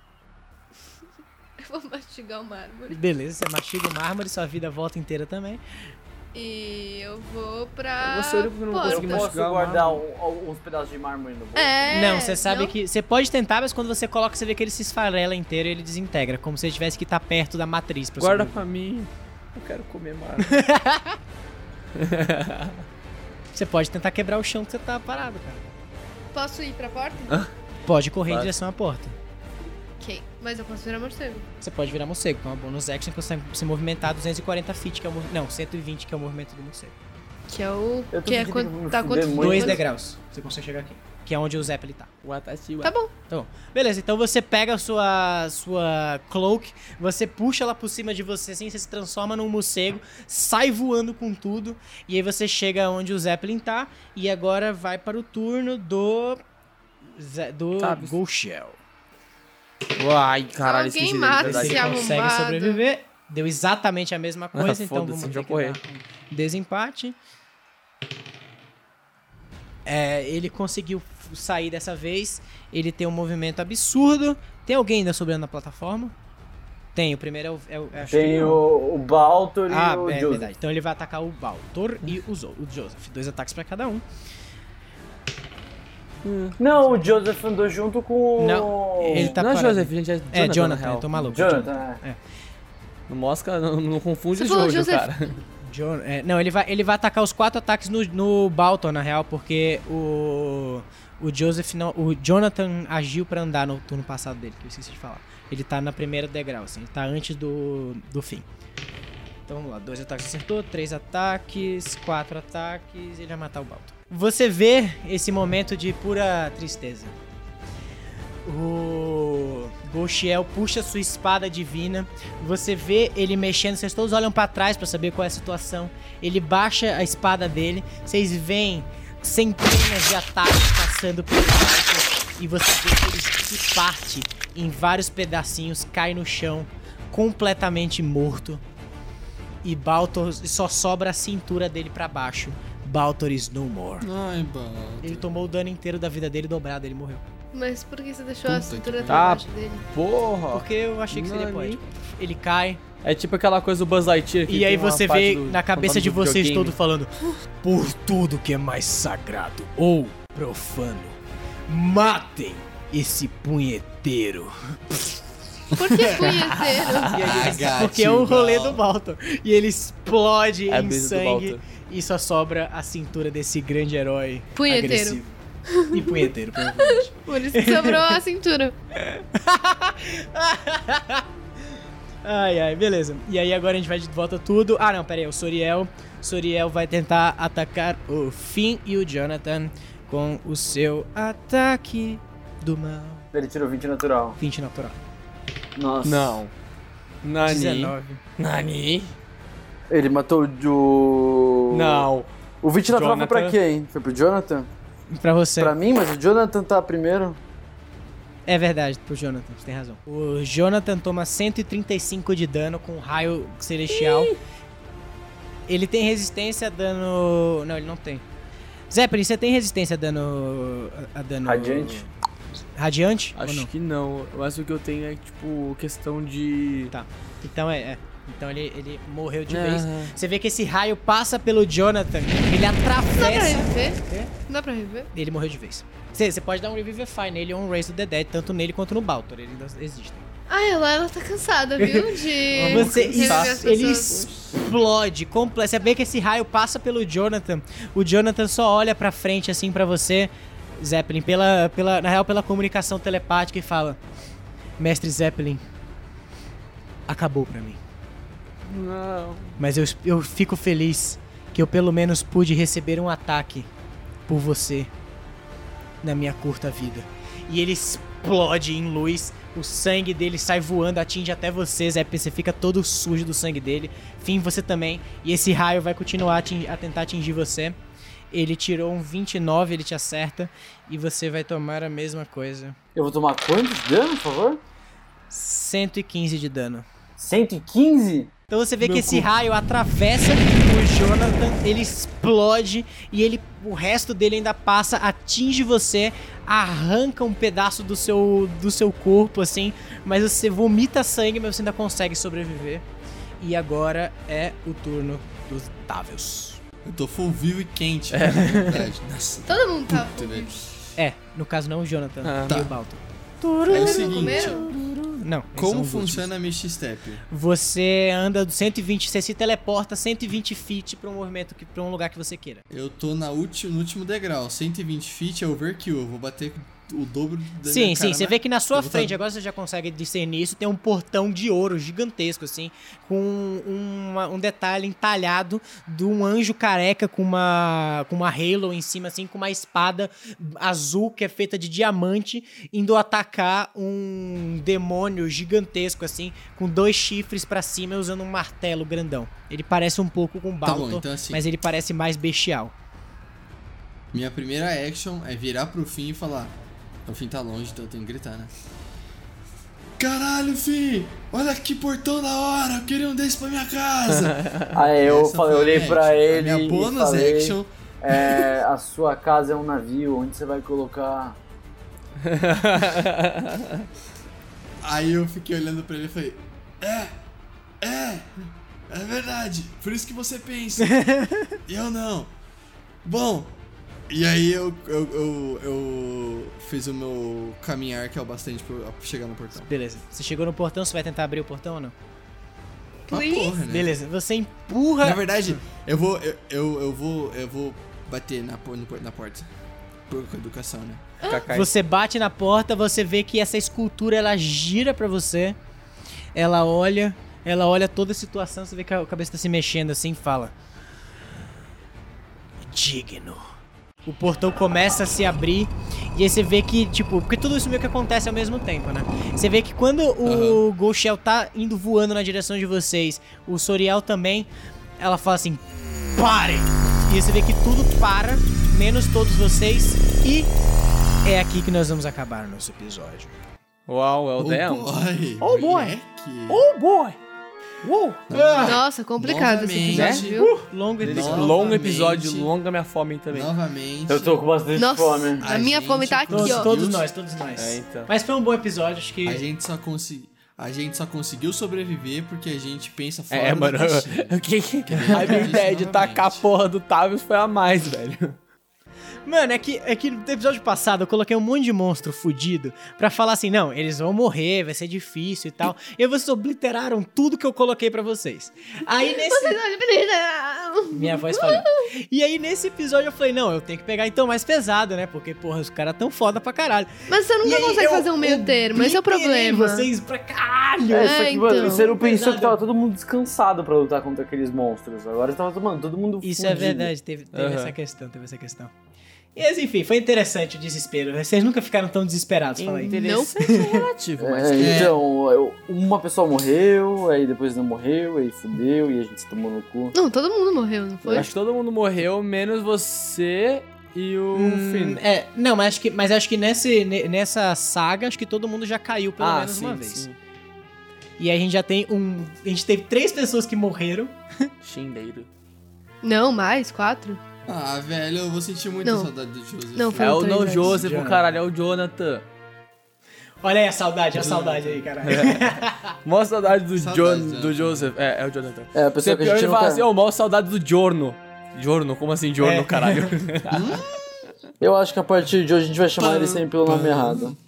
Eu vou mastigar o mármore. Beleza, você mastiga o mármore, sua vida volta inteira também. E eu vou pra. Eu vou ser o único que não vou porta. Eu conseguir posso mastigar o guardar mármore. um- uns pedaços de mármore no bolso? É. não, você sabe não? que... Você pode tentar, mas quando você coloca, você vê que ele se esfarela inteiro e ele desintegra. Como se ele tivesse que estar perto da matriz pra Guarda sobreviver. pra mim. Eu quero comer mármore. Você pode tentar quebrar o chão que você tá parado, cara. Posso ir pra porta? Pode correr em Vai. direção à porta. Ok. Mas eu posso virar morcego. Você pode virar morcego, com uma bonus action que você consegue se movimentar duzentos e quarenta feet, que é o movimento. Não, cento e vinte, que é o movimento do morcego. Que é o. Eu tô Que é sentindo quando. que eu vou me Tá fuder quanto? muito. Dois mas- degraus. Você consegue chegar aqui. Que é onde o Zeppelin tá. Watashi wa- Tá bom. Tá bom. Beleza, então você pega a sua, sua cloak, você puxa ela por cima de você assim, você se transforma num morcego, sai voando com tudo, e aí você chega onde o Zeppelin tá, e agora vai para o turno do... Ze- do Tavius. Golshell. Uai, caralho, Alguém esqueci mata dele, Se esse ele verdade. consegue arrombado. sobreviver. Deu exatamente a mesma coisa, Ah, então foda-se, vamos já ter que correr. dar um desempate. É, ele conseguiu f- sair dessa vez. Ele tem um movimento absurdo. Tem alguém ainda sobrando na plataforma? Tem, o primeiro é o... É o acho que Tem não. o, o Baltor Ah, e o é Joseph. verdade. Então ele vai atacar o Baltor e o, Zo- o Joseph. Dois ataques pra cada um. Não, o Joseph andou junto com o... Não, ele tá Não é parado. Joseph, gente, é Jonathan, É, na Jonathan, real. eu tô maluco. Jonathan, é. Não mosca, não, não confunde Você o falou Jojo, Joseph. cara. John- é, não, ele vai, ele vai atacar os quatro ataques no, no Balton, na real, porque o, o Joseph não. O Jonathan agiu pra andar no turno passado dele, que eu esqueci de falar. Ele tá na primeira degrau, assim, ele tá antes do, do fim. Então vamos lá, dois ataques acertou, três ataques, quatro ataques, ele vai matar o Balton. Você vê esse momento de pura tristeza. O Golshiel puxa sua espada divina. Você vê ele mexendo. Vocês todos olham pra trás pra saber qual é a situação. Ele baixa a espada dele. Vocês veem centenas de ataques passando por baixo. E você vê que ele se parte em vários pedacinhos. Cai no chão, completamente morto. E Baltor só sobra a cintura dele pra baixo. Baltor is no more. Ai, Baltor. Ele tomou o dano inteiro da vida dele dobrado. Ele morreu. Mas por que você deixou a Puta cintura que tão pariu. abaixo dele? Porra. Porque eu achei que seria Nani. poético. Ele cai. É tipo aquela coisa do Buzz Lightyear. Que E aí tem uma você parte vê do- na cabeça contando de do vocês videogame. todo falando: por tudo que é mais sagrado ou profano, matem esse punheteiro. Por que punheteiro? E aí eles- Ah, porque é o rolê gatinho, do Balton. E ele explode É a em brisa do sangue Balton. e só sobra a cintura desse grande herói Punheteiro. agressivo. E punheteiro, provavelmente. Por isso que sobrou a cintura. Ai, ai, beleza. E aí agora a gente vai de volta tudo. Ah, não, pera aí, o Soriel. Soriel vai tentar atacar o Finn e o Jonathan com o seu ataque do mal. Ele tirou vinte natural. vinte natural. Nossa. Não. Nani. dezenove. Nani. Ele matou o... Não. O vinte natural foi Jonathan. pra quem? Foi pro Jonathan? Pra você. Pra mim, mas o Jonathan tá primeiro. É verdade, pro Jonathan, você tem razão. O Jonathan toma cento e trinta e cinco de dano com um raio celestial. Ele tem resistência a dano... Não, ele não tem. Zeppelin, você tem resistência a dano... A dano... Radiante. Radiante? ou Acho não? que não. Mas o que eu tenho é, tipo, questão de... Tá. Então é... é. Então ele, ele morreu de Ah. vez. Você vê que esse raio passa pelo Jonathan, ele Não dá pra atravessa... reviver? Quê? Não dá pra reviver? Ele morreu de vez. Você, você pode dar um Revivify nele ou um Raise to the Dead, tanto nele quanto no Baltor. Eles ainda existem. Ai, ela, ela tá cansada, viu? De Você, reviver as ele pessoas. explode completo. Você vê que esse raio passa pelo Jonathan. O Jonathan só olha pra frente assim pra você, Zeppelin, pela, pela, na real pela comunicação telepática e fala: Mestre Zeppelin, acabou pra mim. Não. Mas eu, eu fico feliz que eu pelo menos pude receber um ataque por você na minha curta vida. E ele explode em luz, o sangue dele sai voando, atinge até você, Zé, você fica todo sujo do sangue dele. Fim, você também. E esse raio vai continuar a, ating- a tentar atingir você. Ele tirou um vinte e nove, ele te acerta. E você vai tomar a mesma coisa. Eu vou tomar quanto de dano, por favor? cento e quinze de dano. cento e quinze? Então você vê Meu que esse cu. raio atravessa o Jonathan, ele explode e ele, o resto dele ainda passa, atinge você, arranca um pedaço do seu, do seu corpo, assim, mas você vomita sangue, mas você ainda consegue sobreviver. E agora é o turno dos Tavius. Eu tô full vivo e quente, é verdade. Nossa. Todo mundo tá. Puta, velho. É, no caso não o Jonathan, Ah. e Tá. o Baltor. É o Não seguinte, comeram? Não, esses são como os últimos. funciona a Misty Step? Você anda do cento e vinte, você se teleporta cento e vinte feet pra um movimento, que, pra um lugar que você queira. Eu tô na ulti, no último degrau, cento e vinte feet é overkill, eu vou bater o dobro da Sim, minha sim, cara você na- vê que na sua Eu vou frente, tá- agora você já consegue discernir isso, tem um portão de ouro gigantesco, assim, com uma- um detalhe entalhado de um anjo careca com uma, com uma halo em cima, assim, com uma espada azul que é feita de diamante, indo atacar um demônio gigantesco, assim, com dois chifres pra cima e usando um martelo grandão. Ele parece um pouco com Tá bom, Baltor, então assim, mas ele parece mais bestial. minha primeira action é virar pro fim e falar: o fim tá longe, então eu tenho que gritar, né? Caralho, Fim! Olha que portão da hora! Eu queria um desse pra minha casa! Aí eu, Essa falei, eu foi a olhei minha pra action. ele A minha e bônus falei, action. é, a sua casa é um navio, onde você vai colocar... Aí eu fiquei olhando pra ele e falei: É! É! É verdade! Por isso que você pensa! E eu não! Bom! E aí eu, eu, eu, eu fiz o meu caminhar, que é o bastante pra eu chegar no portão. Beleza. Você chegou no portão, você vai tentar abrir o portão ou não? Uma Please? porra, né? Beleza, você empurra. Na verdade, eu vou. Eu, eu, eu vou. Eu vou bater na, por- no- na porta. Por educação, né? Cacai. Você bate na porta, você vê que essa escultura ela gira pra você. Ela olha, ela olha toda a situação, você vê que a cabeça tá se mexendo assim e fala: digno. O portão começa a se abrir e aí você vê que, tipo, porque tudo isso meio que acontece ao mesmo tempo, né? Você vê que quando o Ghost Shell tá indo voando na direção de vocês, o Soriel também, ela fala assim: parem! E aí você vê que tudo para, menos todos vocês, e é aqui que nós vamos acabar o nosso episódio. Uau, well Oh damn. boy! Oh boy. Moleque. Oh boy! Uou! Nossa, complicado esse Novamente. episódio, viu? Longo Delícia. episódio. Longo Novamente. episódio, longa minha fome também. Novamente. Eu tô com bastante Nossa, fome. a A minha gente fome tá aqui, Todos, ó. todos nós, todos nós. É, então. Mas foi um bom episódio, acho que... A gente só conseguiu. A gente só conseguiu sobreviver porque a gente pensa fora É, da mano, caixinha. o que que... Querendo A minha disso ideia de novamente. tacar a porra do Tavius foi a mais, velho. Mano, é que, é que no episódio passado eu coloquei um monte de monstro fudido pra falar assim, não, eles vão morrer, vai ser difícil e tal. E aí vocês obliteraram tudo que eu coloquei pra vocês. Aí nesse... Minha voz falou. E aí nesse episódio eu falei, não, eu tenho que pegar então mais pesado, né? Porque, porra, os caras tão foda pra caralho. Mas você E nunca aí consegue eu fazer um meio termo, esse é o obliterei problema. vocês pra caralho. É, É, só que, então. mano, você não pensou Pesado. que tava todo mundo descansado pra lutar contra aqueles monstros. Agora tava, mano, todo mundo Isso é fudido. verdade, teve, teve Aham. essa questão, teve essa questão. Mas enfim, foi interessante o desespero. Vocês nunca ficaram tão desesperados, fala aí. Interessante é relativo, mas... É, então, eu- uma pessoa morreu, aí depois não morreu, aí fudeu, e a gente se tomou no cu. Não, todo mundo morreu, não foi? Acho que todo mundo morreu, menos você e o Hum, Finn. é, não, mas acho que, mas acho que nesse, ne- nessa saga, acho que todo mundo já caiu pelo ah, menos sim, uma vez. sim. E aí a gente já tem um... A gente teve três pessoas que morreram. Shindeiro. Não, mais, quatro? Ah, velho, eu vou sentir muita Não. saudade do Joseph. Não, foi É o três No vezes. Joseph, o Jonathan. caralho, é o Jonathan. Olha aí a saudade, a saudade aí, caralho. Mó saudade do, Saudade, John, Jonathan. do Joseph. É, é o Jonathan. É, a Você pessoa que a pior gente ele fala nunca... assim, ô, mó saudade do Giorno. Giorno, como assim Giorno, É. caralho? Eu acho que a partir de hoje a gente vai chamar Pam, ele sempre pelo nome pam. errado.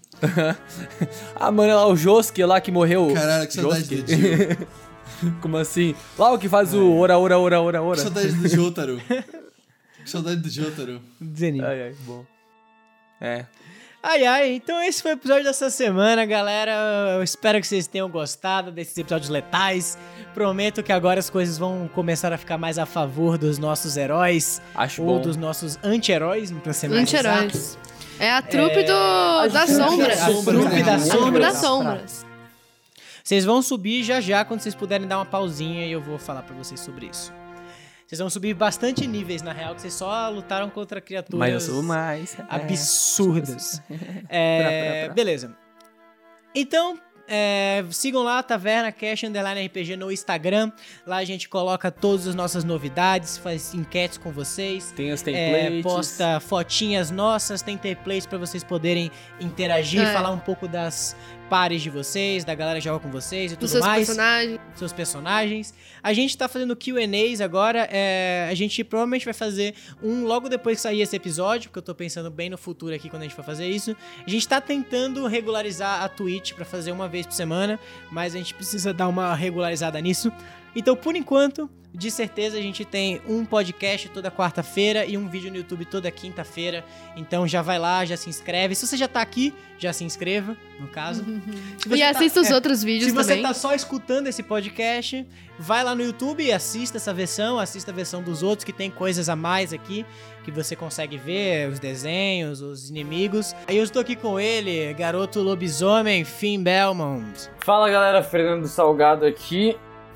ah, mano, lá o Josuke lá que morreu. Caralho, que saudade Josuke? do Dio. Como assim? Lá o que faz o ora, ora, ora, ora, Que ora. saudade do Jotaro. Que saudade do Jotaro. Zeninho. Ai, ai, bom. É. Ai, ai, então esse foi o episódio dessa semana, galera. Eu espero que vocês tenham gostado desses episódios letais. Prometo que agora as coisas vão começar a ficar mais a favor dos nossos heróis. Acho ou bom. dos nossos anti-heróis, pra ser mais exato. Anti-heróis. É a trupe do, das gente- sombras. A trupe das A trupe sombras. das sombras. Vocês vão subir já já, quando vocês puderem dar uma pausinha, e eu vou falar pra vocês sobre isso. Vocês vão subir bastante níveis, na real, que vocês só lutaram contra criaturas Mas eu sou mais. absurdas. É, Pra, pra, pra. beleza. Então, é, sigam lá, Taverna Cash Underline R P G no Instagram. Lá a gente coloca todas as nossas novidades, faz enquetes com vocês. Tem as É, templates. posta fotinhas nossas, tem templates pra vocês poderem interagir, É. falar um pouco das pares de vocês, da galera que joga com vocês e Dos tudo seus mais, personagens. seus personagens. A gente tá fazendo Q and A's agora, é, a gente provavelmente vai fazer um logo depois que sair esse episódio, porque eu tô pensando bem no futuro aqui quando a gente for fazer isso. A gente tá tentando regularizar a Twitch pra fazer uma vez por semana, mas a gente precisa dar uma regularizada nisso. Então, por enquanto, de certeza a gente tem um podcast toda quarta-feira e um vídeo no YouTube toda quinta-feira. Então já vai lá, já se inscreve. Se você já tá aqui, já se inscreva, no caso. Se você E tá- assista os é, outros vídeos se você também. tá só escutando esse podcast, vai lá no YouTube e assista essa versão, assista a versão dos outros, que tem coisas a mais aqui, que você consegue ver, os desenhos, os inimigos. Aí eu estou aqui com ele, garoto lobisomem, Finn Belmont. Fala galera, Fernando Salgado aqui.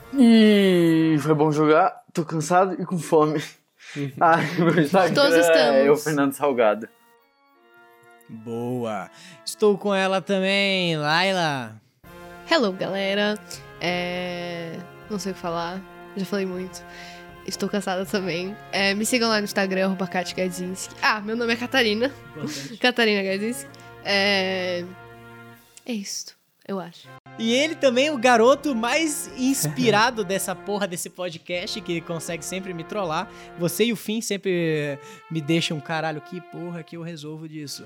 E foi bom jogar, tô cansado e com fome. Ai, meu Instagram Todos é estamos. o Fernando Salgado. Boa. Estou com ela também, Laila. Hello, galera. É... Não sei o que falar. Já falei muito. Estou cansada também. É, me sigam lá no Instagram, arroba Kat Gadzinski. Ah, meu nome é Catarina. Catarina Gadzinski. É... É isso, eu acho. E ele também, o garoto mais inspirado dessa porra desse podcast, que consegue sempre me trollar. Você e o Finn sempre me deixam, caralho, que porra que eu resolvo disso.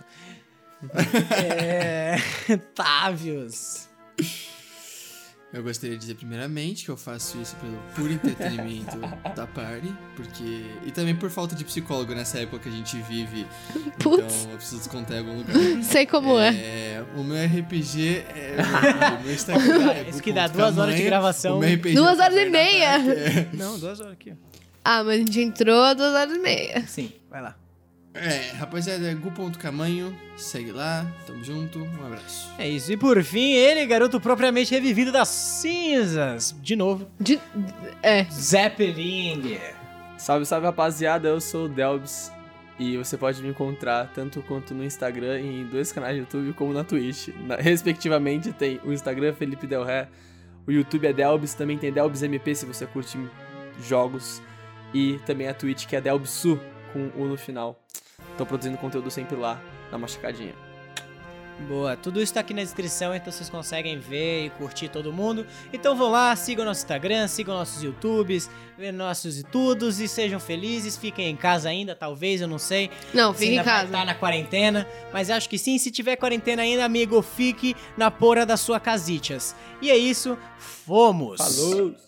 é... Távios. Eu gostaria de dizer primeiramente que eu faço isso pelo puro entretenimento da party, porque... E também por falta de psicólogo nessa época que a gente vive. Putz. Então eu preciso descontar em algum lugar. Sei como é. É, o meu R P G é... O meu Instagram é Isso que dá bu ponto duas horas de tamanho, gravação. o meu R P G Duas é horas e Taverna meia. Dark, é. Não, duas horas aqui. Ah, mas a gente entrou às duas horas e meia. Sim, vai lá. É, rapaziada, é gu ponto camanho, segue lá, tamo junto, um abraço. É isso. E por fim, ele, garoto propriamente revivido das cinzas. De novo, De... É. Zeppelin. Salve, salve, rapaziada. Eu sou o Delbs. E você pode me encontrar tanto quanto no Instagram e em dois canais de YouTube como na Twitch. Na- respectivamente, tem o Instagram Felipe Del Ré, o YouTube é Delbs, também tem Delbs M P se você curte jogos. E também a Twitch que é Delbsu com U no final. Tô produzindo conteúdo sempre lá, dá uma checadinha. Boa, tudo isso tá aqui na descrição, então vocês conseguem ver e curtir todo mundo. Então vão lá, sigam nosso Instagram, sigam nossos YouTubes, vejam nossos YouTudos e sejam felizes. Fiquem em casa ainda, talvez, eu não sei. Não, Se fica em ainda vai casa. estar na quarentena, mas acho que sim. Se tiver quarentena ainda, amigo, fique na porra das suas casitas. E é isso, fomos! Falou!